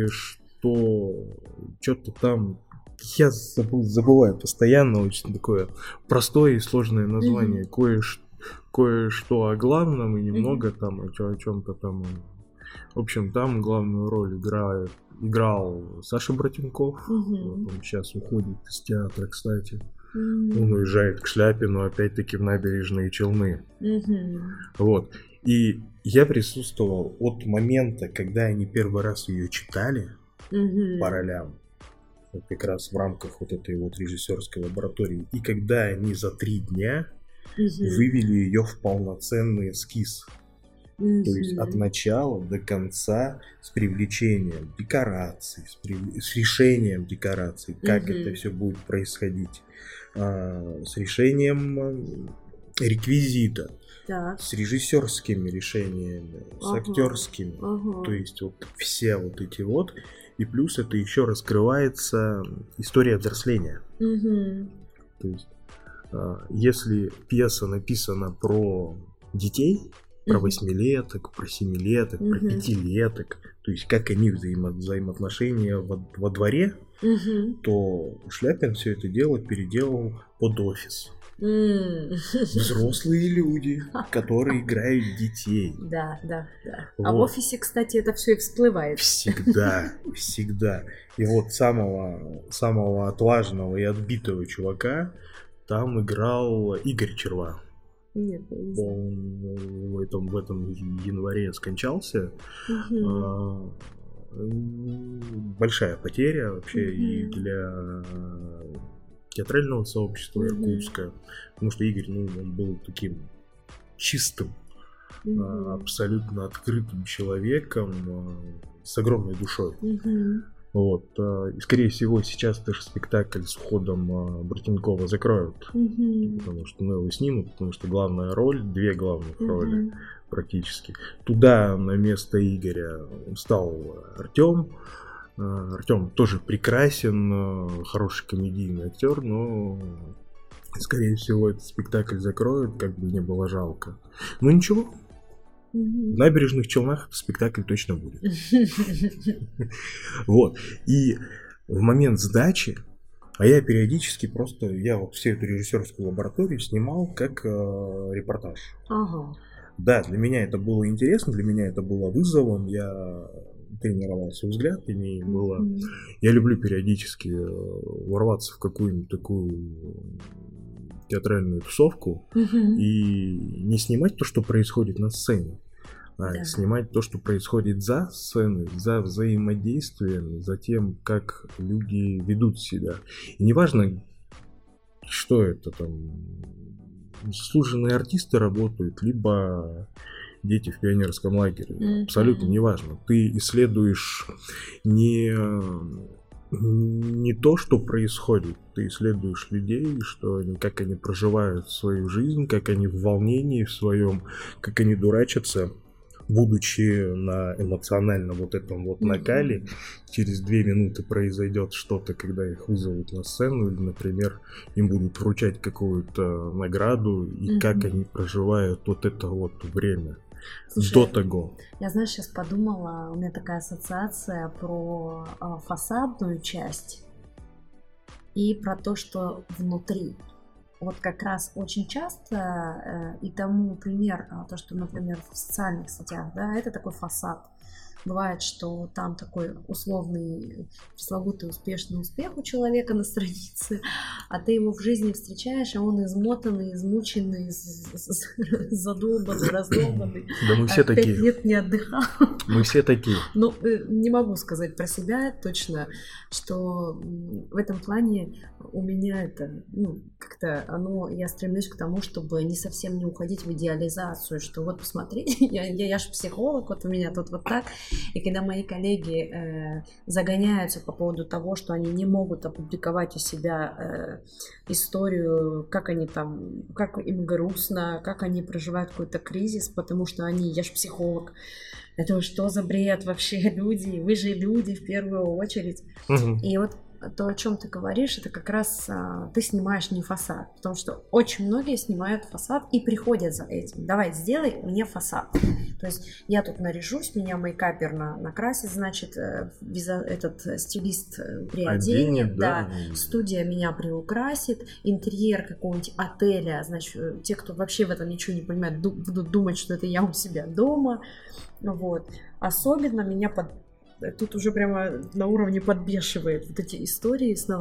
что-то там. Я забываю постоянно, очень такое простое и сложное название. Кое-что о главном и немного там о чем-то там. В общем, там главную роль играл Саша Братенков. Он сейчас уходит из театра, кстати. Он уезжает к Шляпину, опять-таки, в Набережные Челны. Вот. И я присутствовал от момента, когда они первый раз ее читали по ролям, вот как раз в рамках вот этой вот режиссерской лаборатории, и когда они за 3 дня вывели ее в полноценный эскиз. То есть от начала до конца, с привлечением декораций, с решением декораций, как это все будет происходить, с решением реквизита, с режиссерскими решениями, с актерскими. То есть вот все вот эти вот. И плюс это еще раскрывается история взросления. То есть если пьеса написана про детей, про 8-леток, про 7-леток, про 5-леток, то есть как они взаимоотношения во дворе, то Шляпин все это дело переделал под офис. Взрослые люди, которые играют детей. Да. Вот. А в офисе, кстати, это все и всплывает. Всегда. И вот самого отважного и отбитого чувака там играл Игорь Черва. Нет, Он в этом январе скончался. Большая потеря вообще и для театрального сообщества Иркутска, потому что Игорь, он был таким чистым, абсолютно открытым человеком с огромной душой. Вот. И, скорее всего, сейчас даже спектакль с уходом Братенкова закроют, потому что его снимут, потому что главная роль, 2 главных роли практически. Туда на место Игоря стал Артем. Артем тоже прекрасен, хороший комедийный актер, но, скорее всего, этот спектакль закроют, как бы не было жалко. Но ничего. В Набережных Челнах этот спектакль точно будет. Вот. И в момент сдачи, а я периодически я вот всю эту режиссерскую лабораторию снимал как репортаж. Да, для меня это было интересно, для меня это было вызовом. Я тренировался взглядами, и было... Я люблю периодически ворваться в какую-нибудь такую театральную тусовку и не снимать то, что происходит на сцене, а снимать то, что происходит за сценой, за взаимодействием, за тем, как люди ведут себя. И неважно, что это там, заслуженные артисты работают, либо дети в пионерском лагере. Абсолютно неважно. Ты исследуешь не то, что происходит, ты исследуешь людей, как они проживают свою жизнь, как они в волнении в своем, как они дурачатся, будучи на эмоциональном вот этом вот накале. Через 2 минуты произойдет что-то, когда их вызовут на сцену, или, например, им будут вручать какую-то награду, и как они проживают вот это вот время. Слушай, до того. Я, знаешь, сейчас подумала, у меня такая ассоциация про фасадную часть и про то, что внутри. Вот как раз очень часто, и тому пример, то, что, например, в социальных сетях, да, это такой фасад. Бывает, что там такой условный, пресловутый успешный успех у человека на странице, а ты его в жизни встречаешь, а он измотанный, измученный, задолбанный, раздолбанный. Да мы все такие. 5 лет не отдыхал. Мы все такие. Ну, не могу сказать про себя точно, что в этом плане у меня это, как-то я стремлюсь к тому, чтобы не совсем не уходить в идеализацию, что вот посмотрите, я же психолог, вот у меня тут вот так. И когда мои коллеги загоняются по поводу того, что они не могут опубликовать у себя историю, как они там, как им грустно, как они проживают какой-то кризис, потому что я же психолог. Это что за бред вообще, люди? Вы же люди в первую очередь. И вот то, о чем ты говоришь, это как раз ты снимаешь не фасад, потому что очень многие снимают фасад и приходят за этим. Давай, сделай мне фасад. То есть я тут наряжусь, меня мейкапер накрасит, значит, этот стилист приоденет, да, студия меня приукрасит, интерьер какого-нибудь отеля, значит, те, кто вообще в этом ничего не понимает, будут думать, что это я у себя дома. Вот. Особенно меня тут уже прямо на уровне подбешивает вот эти истории с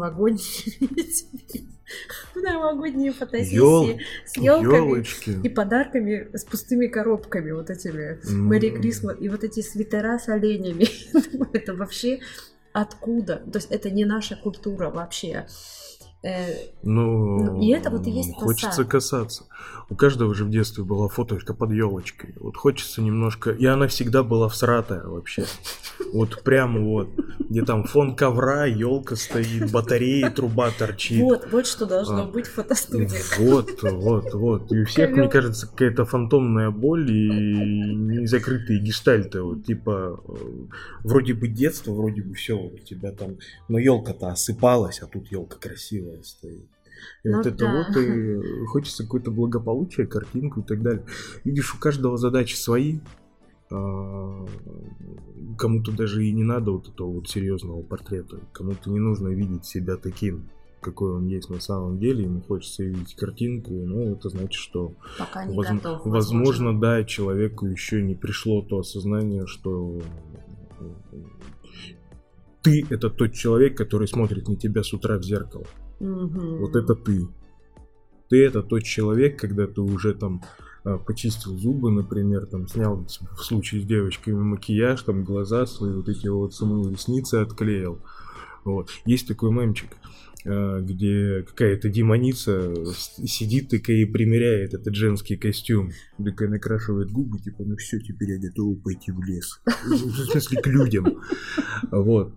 новогодние фотосессии с елками и подарками с пустыми коробками, вот этими Merry Christmas, и вот эти свитера с оленями. Это вообще откуда? То есть это не наша культура вообще. И это вот и есть фасад. Хочется касаться. У каждого же в детстве была фоточка под елочкой. Вот хочется немножко. И она всегда была всратая вообще. Вот прямо вот. Где там фон ковра, елка стоит, батареи, труба торчит. Вот что должно быть в фотостудиях. Вот. И у всех, мне кажется, какая-то фантомная боль и незакрытые гештальты. Вот, типа, вроде бы детство, вроде бы все у тебя там. Но елка-то осыпалась, а тут елка красивая стоит. И вот это вот, и хочется какое-то благополучие, картинку и так далее. Видишь, у каждого задачи свои. Кому-то даже и не надо вот этого вот серьезного портрета. Кому-то не нужно видеть себя таким, какой он есть на самом деле. Ему хочется видеть картинку. Но это значит, что пока не готов, возможно, да, человеку еще не пришло то осознание, что ты — это тот человек, который смотрит на тебя с утра в зеркало. Вот это ты. Ты — это тот человек, когда ты уже там почистил зубы, например, там снял в случае с девочками макияж, там глаза свои, вот эти вот смыл, ресницы отклеил. Вот. Есть такой мемчик, где какая-то демоница сидит такая и примеряет этот женский костюм, такая накрашивает губы, типа, ну все, теперь я готова пойти в лес. В смысле, к людям. Вот.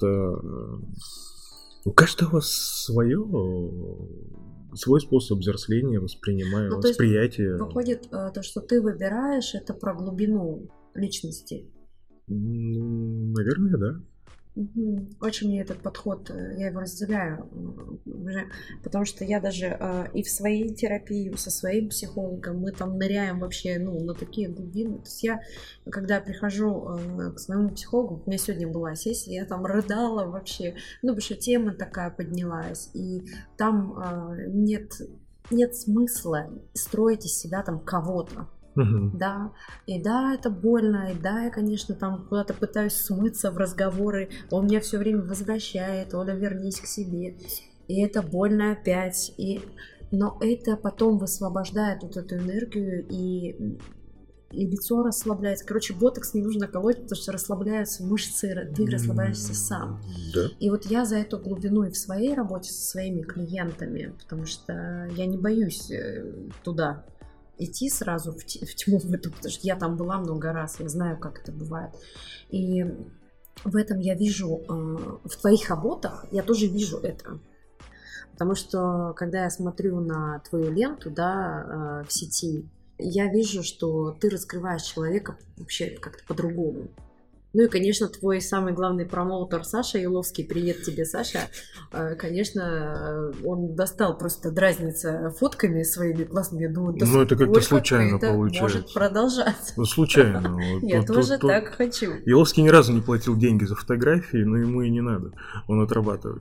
У каждого свой способ взросления, восприятия. Выходит, то, что ты выбираешь, это про глубину личности. Наверное, да. Очень мне этот подход, я его разделяю, потому что я даже и в своей терапии со своим психологом мы там ныряем вообще на такие глубины. То есть я, когда прихожу к своему психологу, у меня сегодня была сессия, я там рыдала вообще, потому что тема такая поднялась, и там нет смысла строить из себя там кого-то. Да, и да, это больно, и да, я, конечно, там куда-то пытаюсь смыться в разговоры, он меня все время возвращает, Оля, вернись к себе, и это больно опять, но это потом высвобождает вот эту энергию, и лицо расслабляется. Короче, ботокс не нужно колоть, потому что расслабляются мышцы, ты расслабляешься сам. Да. И вот я за эту глубину и в своей работе со своими клиентами, потому что я не боюсь туда идти сразу в тьму, в эту, потому что я там была много раз, я знаю, как это бывает. И в этом я вижу, в твоих работах я тоже вижу это. Потому что, когда я смотрю на твою ленту, да, в сети, я вижу, что ты раскрываешь человека вообще как-то по-другому. Ну и, конечно, твой самый главный промоутер Саша Еловский, привет тебе, Саша, конечно, он достал просто дразниться фотками своими классными. Я думаю, да ну, это как-то случайно это получается. может продолжаться. Ну, случайно. Я тоже так хочу. Еловский ни разу не платил деньги за фотографии, но ему и не надо. Он отрабатывает.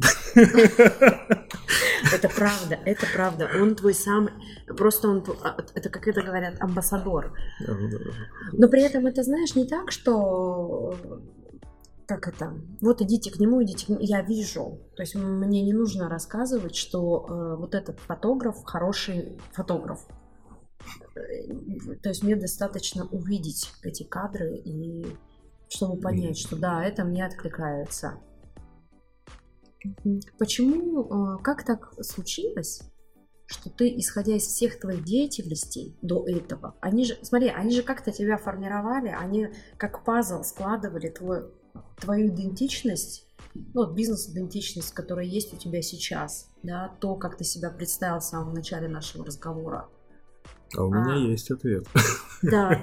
Это правда. Он твой самый... Просто он... Это, как это говорят, амбассадор. Но при этом это, знаешь, не так, что... Как это? Вот идите к нему, я вижу. То есть мне не нужно рассказывать, что вот этот фотограф хороший фотограф. То есть мне достаточно увидеть эти кадры, и чтобы понять, что да, это мне откликается. Почему, как так случилось, что ты, исходя из всех твоих деятельностей до этого, они же как-то тебя формировали, они как пазл складывали твою идентичность, ну, бизнес-идентичность, которая есть у тебя сейчас, да, то, как ты себя представил в самом начале нашего разговора. А у меня есть ответ. Да.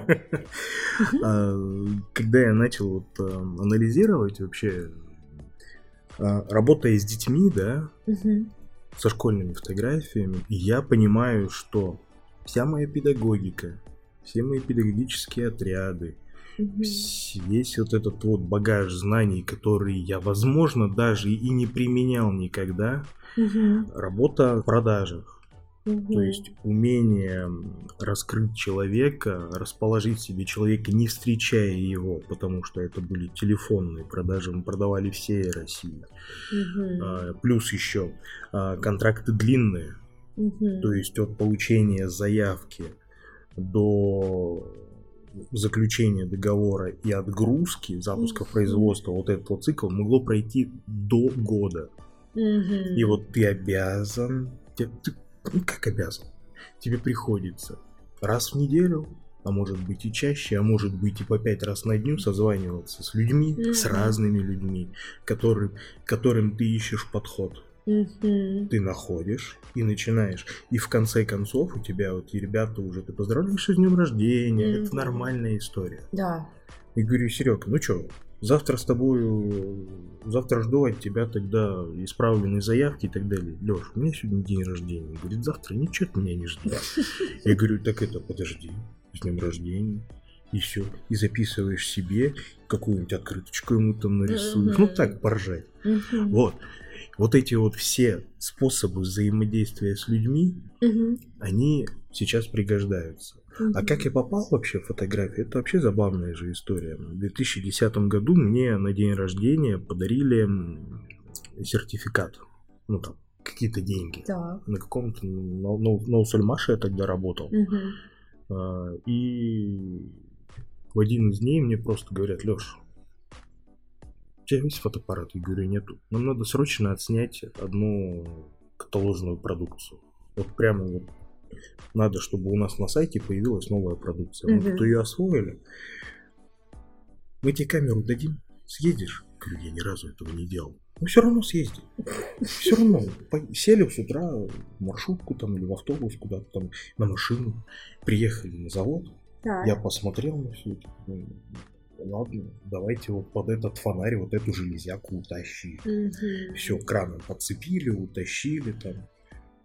Когда я начал анализировать вообще, работая с детьми, да, со школьными фотографиями, я понимаю, что вся моя педагогика, все мои педагогические отряды, весь вот этот вот багаж знаний, который я, возможно, даже и не применял никогда, работа в продажах. То есть умение раскрыть человека, расположить себе человека, не встречая его, потому что это были телефонные продажи, мы продавали всей России. Плюс еще контракты длинные, то есть от получения заявки до заключения договора и отгрузки, запуска производства, вот этот вот цикл могло пройти до года. И вот ты обязан... Как обязан? Тебе приходится раз в неделю, а может быть и чаще, а может быть и по 5 раз на дню созваниваться с людьми, с разными людьми, которым ты ищешь подход. Ты находишь и начинаешь. И в конце концов у тебя вот и ребята уже, ты поздравляешь с днем рождения, это нормальная история. Да. И говорю, Серега, ну что, завтра жду от тебя тогда исправленные заявки и так далее. Леш, у меня сегодня день рождения. Он говорит, завтра ничего от меня не жди. Я говорю, так это подожди, с днем рождения. И все. И записываешь себе, какую-нибудь открыточку ему там нарисуешь. Ну так, поржать. Вот эти вот все способы взаимодействия с людьми, они сейчас пригождаются. А как я попал вообще в фотографию, это вообще забавная же история. В 2010 году мне на день рождения подарили сертификат, ну там, какие-то деньги. Да. На каком-то, на Усольмаше я тогда работал. И в один из дней мне просто говорят, Леш, у тебя есть фотоаппарат? Я говорю, нету. Нам надо срочно отснять одну каталожную продукцию. Вот прямо вот надо, чтобы у нас на сайте появилась новая продукция. Мы тут ее освоили. Мы тебе камеру дадим, съездишь? Говорю, я ни разу этого не делал. Ну все равно съезди. Все равно. Сели с утра в маршрутку там или в автобус куда-то там, на машину. Приехали на завод. Да. Я посмотрел на все это. Ладно, давайте вот под этот фонарь вот эту железяку утащили. Все, краном подцепили, утащили там.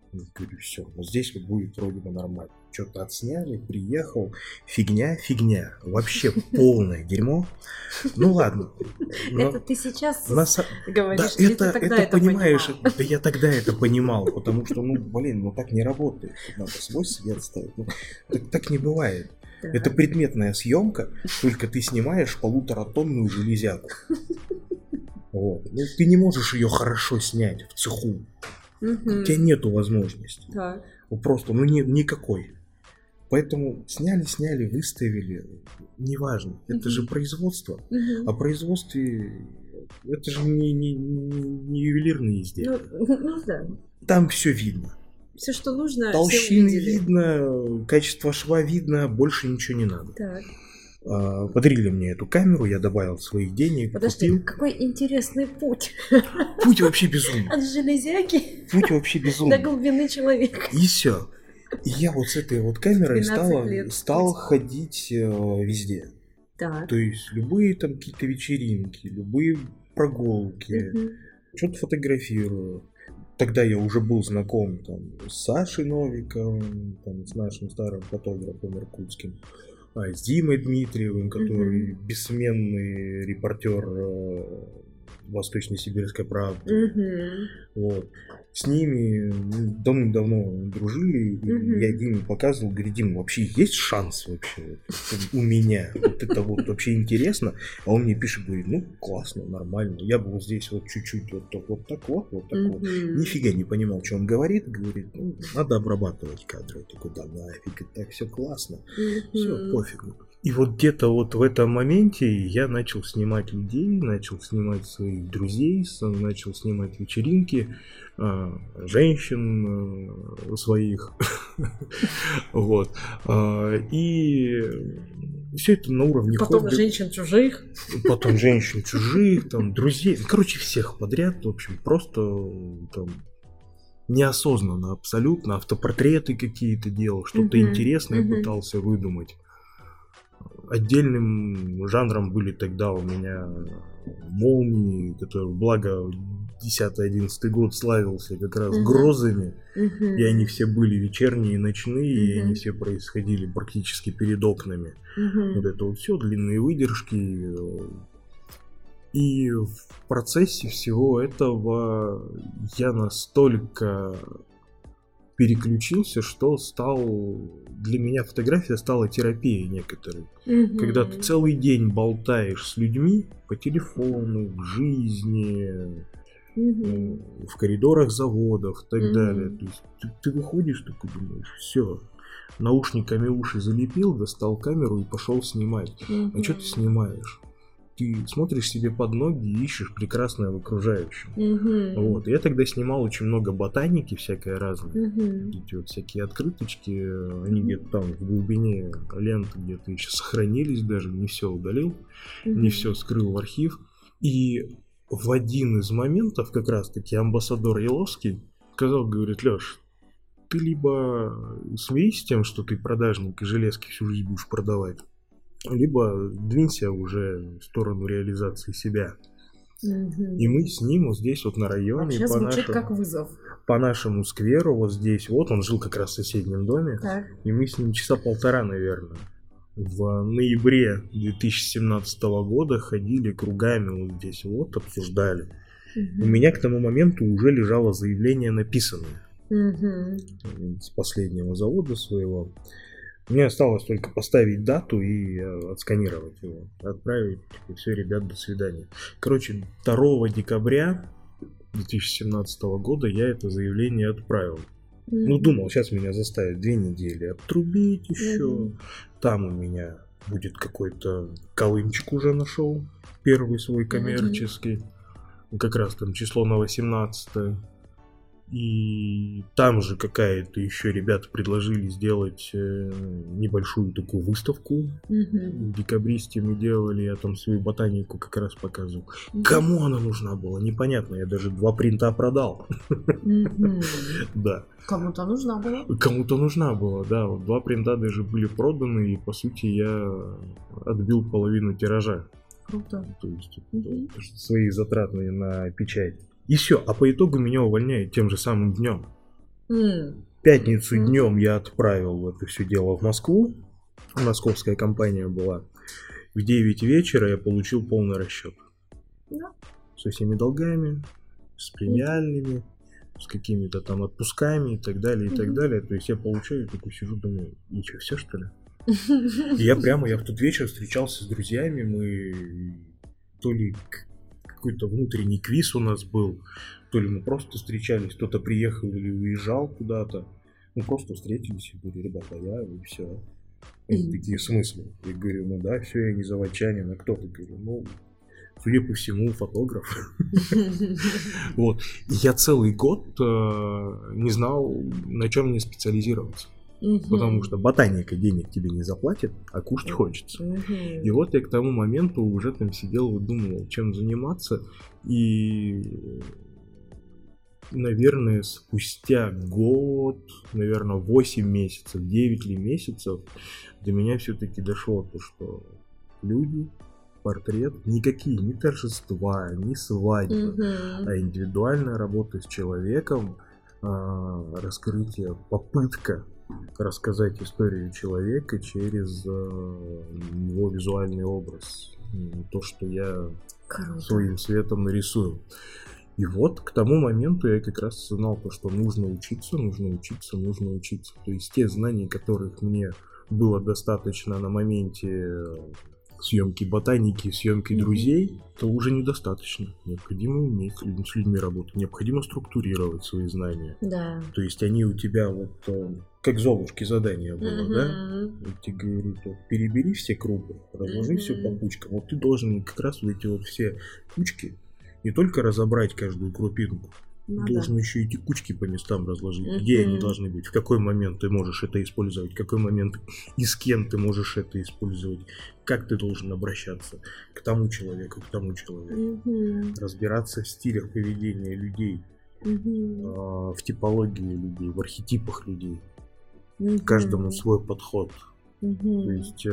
Я говорю, все, вот здесь вот будет вроде бы нормально. Что-то отсняли, приехал, фигня, вообще полное дерьмо. Ну ладно. Это ты сейчас Да, говоришь, или ты тогда это понимаешь, понимал? да я тогда это понимал, потому что, ну так не работает. Надо свой свет ставить. Ну, так не бывает. Да. Это предметная съемка, только ты снимаешь 1,5-тонную железяку. Вот. Ну, ты не можешь ее хорошо снять в цеху. У тебя нету возможности. Так. Просто, нет никакой. Поэтому сняли, выставили. Неважно. Это же производство. А производстве это же не ювелирные изделия. Ну да. Там все видно. Все, что нужно, толщины видно, качество шва видно, больше ничего не надо. Так. Подарили мне эту камеру, я добавил своих денег. Подожди, купил. Какой интересный путь. Путь вообще безумный. От железяки Путь вообще безумный. до глубины человека. И все. И я вот с этой вот камерой стал ходить везде. Так. То есть любые там какие-то вечеринки, любые прогулки, что-то фотографирую. Тогда я уже был знаком там, с Сашей Новиковым, там, с нашим старым фотографом иркутским, с Димой Дмитриевым, который бессменный репортер Восточно-Сибирской правды. Вот. С ними давно дружили, и я Диме показывал, говорю, Дим, вообще есть шанс вообще у меня? Вот это вот вообще интересно. А он мне пишет, говорит, ну классно, нормально. Я был здесь вот чуть-чуть вот так вот. Нифига не понимал, что он говорит. Говорит, ну, надо обрабатывать кадры. Я такой, да нафиг, так все классно. Все, пофигу. И вот где-то вот в этом моменте я начал снимать людей, начал снимать своих друзей, начал снимать вечеринки, женщин своих. Вот. И все это на уровне потом хобби. женщин чужих. Потом женщин чужих, там, друзей. Короче, всех подряд. В общем, просто там неосознанно абсолютно автопортреты какие-то делал, что-то интересное пытался выдумать. Отдельным жанром были тогда у меня молнии, которые, благо, 10-11 год славился как раз грозами, и они все были вечерние и ночные, и они все происходили практически перед окнами. Вот это вот все, длинные выдержки. И в процессе всего этого я настолько переключился, что для меня фотография стала терапией некоторой. Когда ты целый день болтаешь с людьми по телефону, в жизни, в коридорах заводов и так далее. То есть ты выходишь, такой думаешь, все, наушниками уши залепил, достал камеру и пошел снимать. А что ты снимаешь? Ты смотришь себе под ноги и ищешь прекрасное в окружающем. Вот. Я тогда снимал очень много ботаники всякой разной. Эти вот всякие открыточки, они где-то там в глубине ленты где-то еще сохранились даже, не все удалил, не все скрыл в архив. И в один из моментов как раз-таки амбассадор Еловский сказал, говорит, Лёш, ты либо смирись с тем, что ты продажник и железки всю жизнь будешь продавать, либо двинься уже в сторону реализации себя. И мы с ним вот здесь вот на районе как вызов. По нашему скверу вот здесь вот, он жил как раз в соседнем доме, и мы с ним часа полтора, наверное, в ноябре 2017 года ходили кругами вот здесь вот, обсуждали. У меня к тому моменту уже лежало заявление написанное с последнего завода своего. Мне осталось только поставить дату и отсканировать его, отправить, и все, ребят, до свидания. Короче, 2 декабря 2017 года я это заявление отправил. Ну, думал, сейчас меня заставят 2 недели отрубить еще. Там у меня будет какой-то колымчик уже нашел, первый свой коммерческий. Как раз там число на 18. И там же какая-то еще ребята предложили сделать небольшую такую выставку. В декабристе мы делали, я там свою ботанику как раз показывал. Кому она нужна была, непонятно. Я даже 2 принта продал. Да. Кому-то нужна была? Кому-то нужна была, да. Вот 2 принта даже были проданы, и по сути я отбил половину тиража. Круто. То есть свои затраты на печать. И все, а по итогу меня увольняют тем же самым днем. В пятницу днем я отправил это все дело в Москву. Московская компания была. В 9 вечера я получил полный расчет. Да. Со всеми долгами, с премиальными, с какими-то там отпусками и так далее, и так далее. То есть я получаю, такой сижу, думаю, и что, все что ли? И я в тот вечер встречался с друзьями, мы то ли какой-то внутренний квиз у нас был, то ли мы просто встречались, кто-то приехал или уезжал куда-то. Мы просто встретились и говорили, ребята, я и все. И такие, в смысле? Я говорю, ну да, все, я не заводчанин, а кто-то? Говорю, ну, судя по всему, фотограф. Вот. Я целый год не знал, на чем мне специализироваться. Потому что ботаника денег тебе не заплатит, а кушать хочется. И вот я к тому моменту уже там сидел, выдумывал, чем заниматься. И, наверное, спустя год, наверное, 8 месяцев, 9 ли месяцев, до меня все-таки дошло то, что люди, портрет, никакие, ни торжества, ни свадьбы, а индивидуальная работа с человеком, раскрытие, попытка рассказать историю человека через его визуальный образ, то, что я своим светом нарисую. И вот к тому моменту я как раз знал то, что нужно учиться. То есть те знания, которых мне было достаточно на моменте съемки ботаники, съемки друзей, то уже недостаточно. Необходимо уметь с людьми работать, необходимо структурировать свои знания. Да. То есть они у тебя вот как Золушки задание было, да? И тебе говорят, вот, перебери все крупы, разложи все по кучкам. Вот ты должен как раз вот эти вот все кучки не только разобрать каждую крупинку, ты должен еще эти кучки по местам разложить, где они должны быть, в какой момент ты можешь это использовать, в какой момент и с кем ты можешь это использовать, как ты должен обращаться к тому человеку, разбираться в стилях поведения людей, в типологии людей, в архетипах людей, каждому свой подход. То есть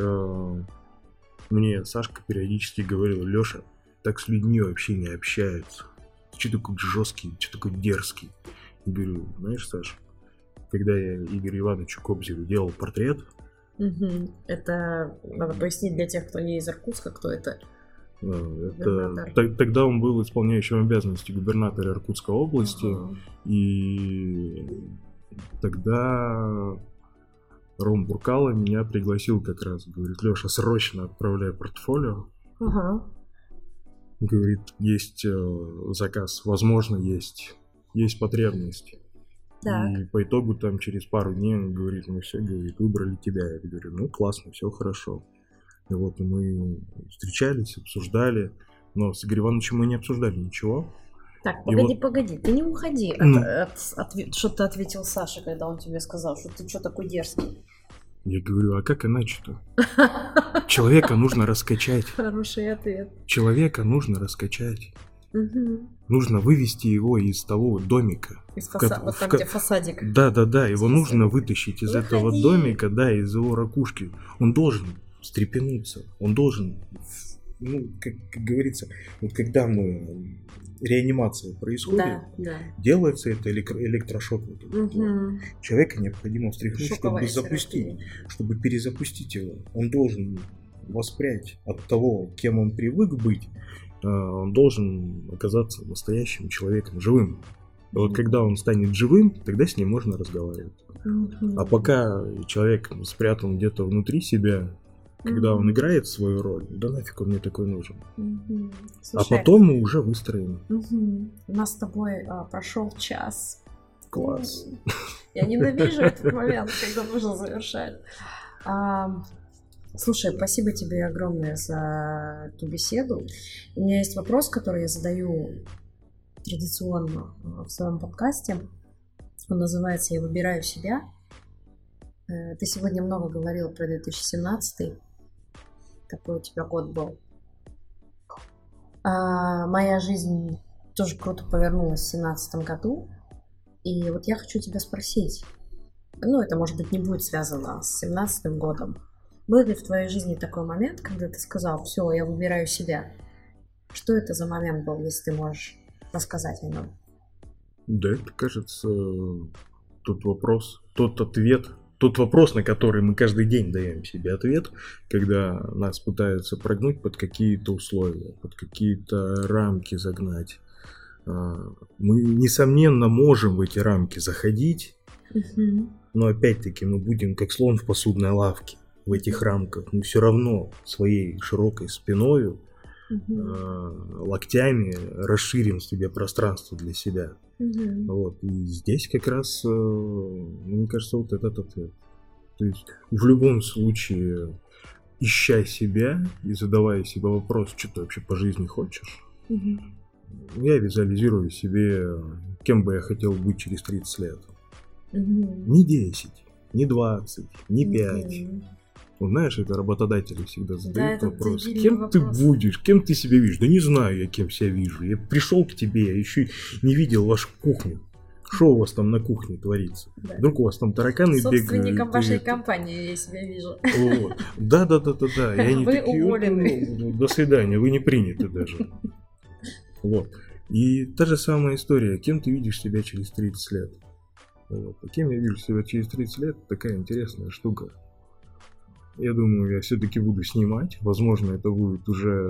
мне Сашка периодически говорил: Леша, так с людьми вообще не общаются. Ты что такой жесткий, что такой дерзкий? Я говорю, знаешь, Саш, когда я Игорю Ивановичу Кобзеву делал портрет... Это надо пояснить для тех, кто не из Иркутска, кто это. Тогда он был исполняющим обязанности губернатора Иркутской области. И тогда Ром Буркало меня пригласил как раз. Говорит, Леша, срочно отправляй портфолио. Говорит, есть заказ, возможно, есть потребность. Так. И по итогу там через пару дней он говорит, мы все, говорит, выбрали тебя. Я говорю, ну классно, все хорошо. И вот мы встречались, обсуждали, но с Игорем Ивановичем мы не обсуждали ничего. Так, погоди, ты не уходи. Что ты ответил Саше, когда он тебе сказал, что ты что такой дерзкий? Я говорю, а как иначе-то? Человека нужно раскачать. Хороший ответ. Человека нужно раскачать. Нужно вывести его из того домика. Из вот там, где фасадик. Да, его нужно вытащить из этого домика, да, из его ракушки. Он должен встрепенуться. Он должен, ну, как говорится, вот когда реанимация происходит, делается это электрошок. Человека необходимо встряхнуть, чтобы запустить, чтобы перезапустить его. Он должен воспрять от того, кем он привык быть. Он должен оказаться настоящим человеком, живым. И вот когда он станет живым, тогда с ним можно разговаривать. А пока человек спрятан где-то внутри себя, когда он играет свою роль, да нафиг он мне такой нужен. Слушай, а потом мы уже выстроим. У нас с тобой прошел час. Класс. Я ненавижу этот момент, когда нужно завершать. Слушай, спасибо тебе огромное за эту беседу. У меня есть вопрос, который я задаю традиционно в своем подкасте. Он называется «Я выбираю себя». Ты сегодня много говорил про 2017. Такой у тебя год был. Моя жизнь тоже круто повернулась в 2017 году. И вот я хочу тебя спросить. Ну, это, может быть, не будет связано с 2017 годом. Был ли в твоей жизни такой момент, когда ты сказал, все, я выбираю себя? Что это за момент был, если ты можешь рассказать о нем? Да, это, кажется, тот вопрос, тот ответ, тот вопрос, на который мы каждый день даем себе ответ, когда нас пытаются прогнуть под какие-то условия, под какие-то рамки загнать. Мы, несомненно, можем в эти рамки заходить, но опять-таки мы будем как слон в посудной лавке в этих рамках. Мы все равно своей широкой спиною, локтями расширим себе пространство для себя. Вот. И здесь как раз, мне кажется, вот этот ответ. То есть в любом случае, ища себя и задавая себе вопрос, что ты вообще по жизни хочешь, я визуализирую себе, кем бы я хотел быть через 30 лет. Не 10, не 20, не 5. Вот знаешь, это работодатели всегда задают вопрос. Кем ты будешь? Кем ты себя видишь? Да не знаю я, кем себя вижу. Я пришел к тебе, я еще не видел вашу кухню. Что у вас там на кухне творится? Да. Вдруг у вас там тараканы бегают. Собственником вашей компании я себя вижу. Вот. Да. И они вы такие, уволены. До свидания, вы не приняты даже. Вот. И та же самая история. Кем ты видишь себя через 30 лет? Вот. А кем я вижу себя через 30 лет? Такая интересная штука. Я думаю, я все-таки буду снимать. Возможно, это будет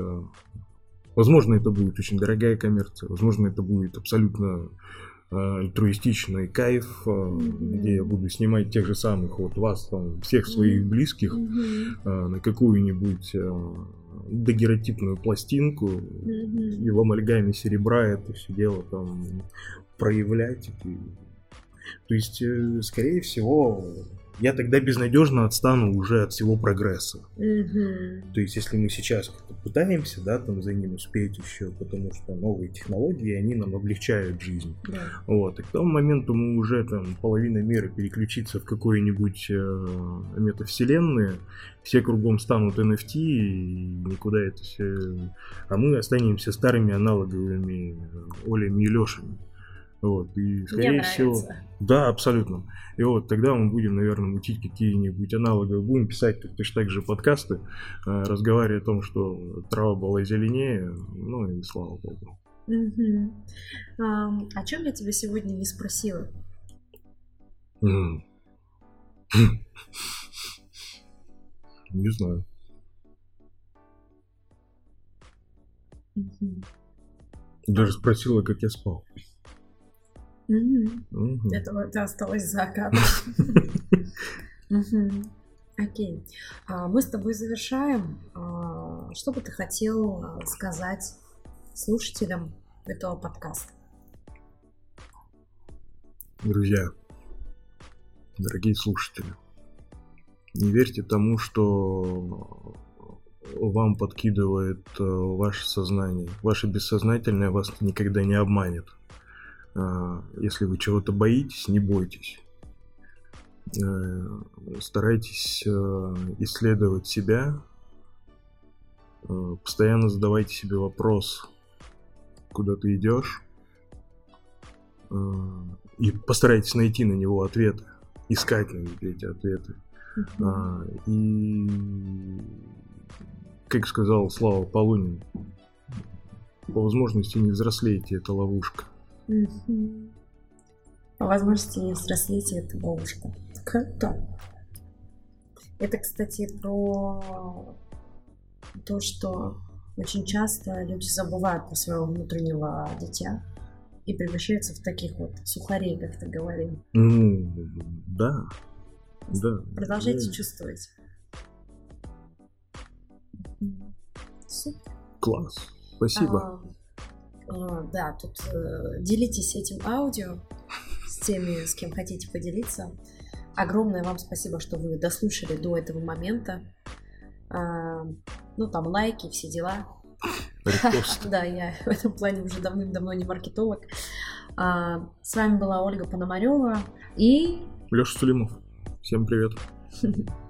очень дорогая коммерция. Возможно, это будет абсолютно альтруистичный кайф, где я буду снимать тех же самых вот вас, там, всех своих близких на какую-нибудь дагеротипную пластинку и в амальгаме серебра это все дело там проявлять. То есть, скорее всего, я тогда безнадежно отстану уже от всего прогресса. То есть, если мы сейчас пытаемся, да, там за ним успеть еще, потому что новые технологии, они нам облегчают жизнь. Вот, и к тому моменту мы уже там половина мира переключится в какую-нибудь метавселенную, все кругом станут NFT, и никуда это все... А мы останемся старыми аналоговыми Олями и Лешами. Вот, и скорее всего, да, абсолютно. И вот тогда мы будем, наверное, мутить какие-нибудь аналоги, будем писать точно так же подкасты, разговаривая о том, что трава была зеленее, ну и слава богу. О чем я тебя сегодня не спросила? Не знаю. Даже спросила, как я спал. Это осталось загадкой. Окей. Мы с тобой завершаем. Что бы ты хотел сказать слушателям этого подкаста? Друзья, дорогие слушатели, не верьте тому, что вам подкидывает ваше сознание. Ваше бессознательное вас никогда не обманет. Если вы чего-то боитесь, не бойтесь. Старайтесь исследовать себя. Постоянно задавайте себе вопрос, куда ты идешь. И постарайтесь найти на него ответы. Искать на эти ответы. И, как сказал Слава Полунин, по возможности не взрослейте, это ловушка. По возможности не взрослейте, это ловушка. Круто. Это, кстати, про то, что очень часто люди забывают про своего внутреннего дитя и превращаются в таких вот сухарей, как ты говорил. Да. Продолжайте чувствовать. Супер. Класс. Спасибо. Да, тут делитесь этим аудио с теми, с кем хотите поделиться. Огромное вам спасибо, что вы дослушали до этого момента. Ну, там лайки, все дела. Да, я в этом плане уже давным-давно не маркетолог. С вами была Ольга Пономарева и... Леша Сулимов. Всем привет.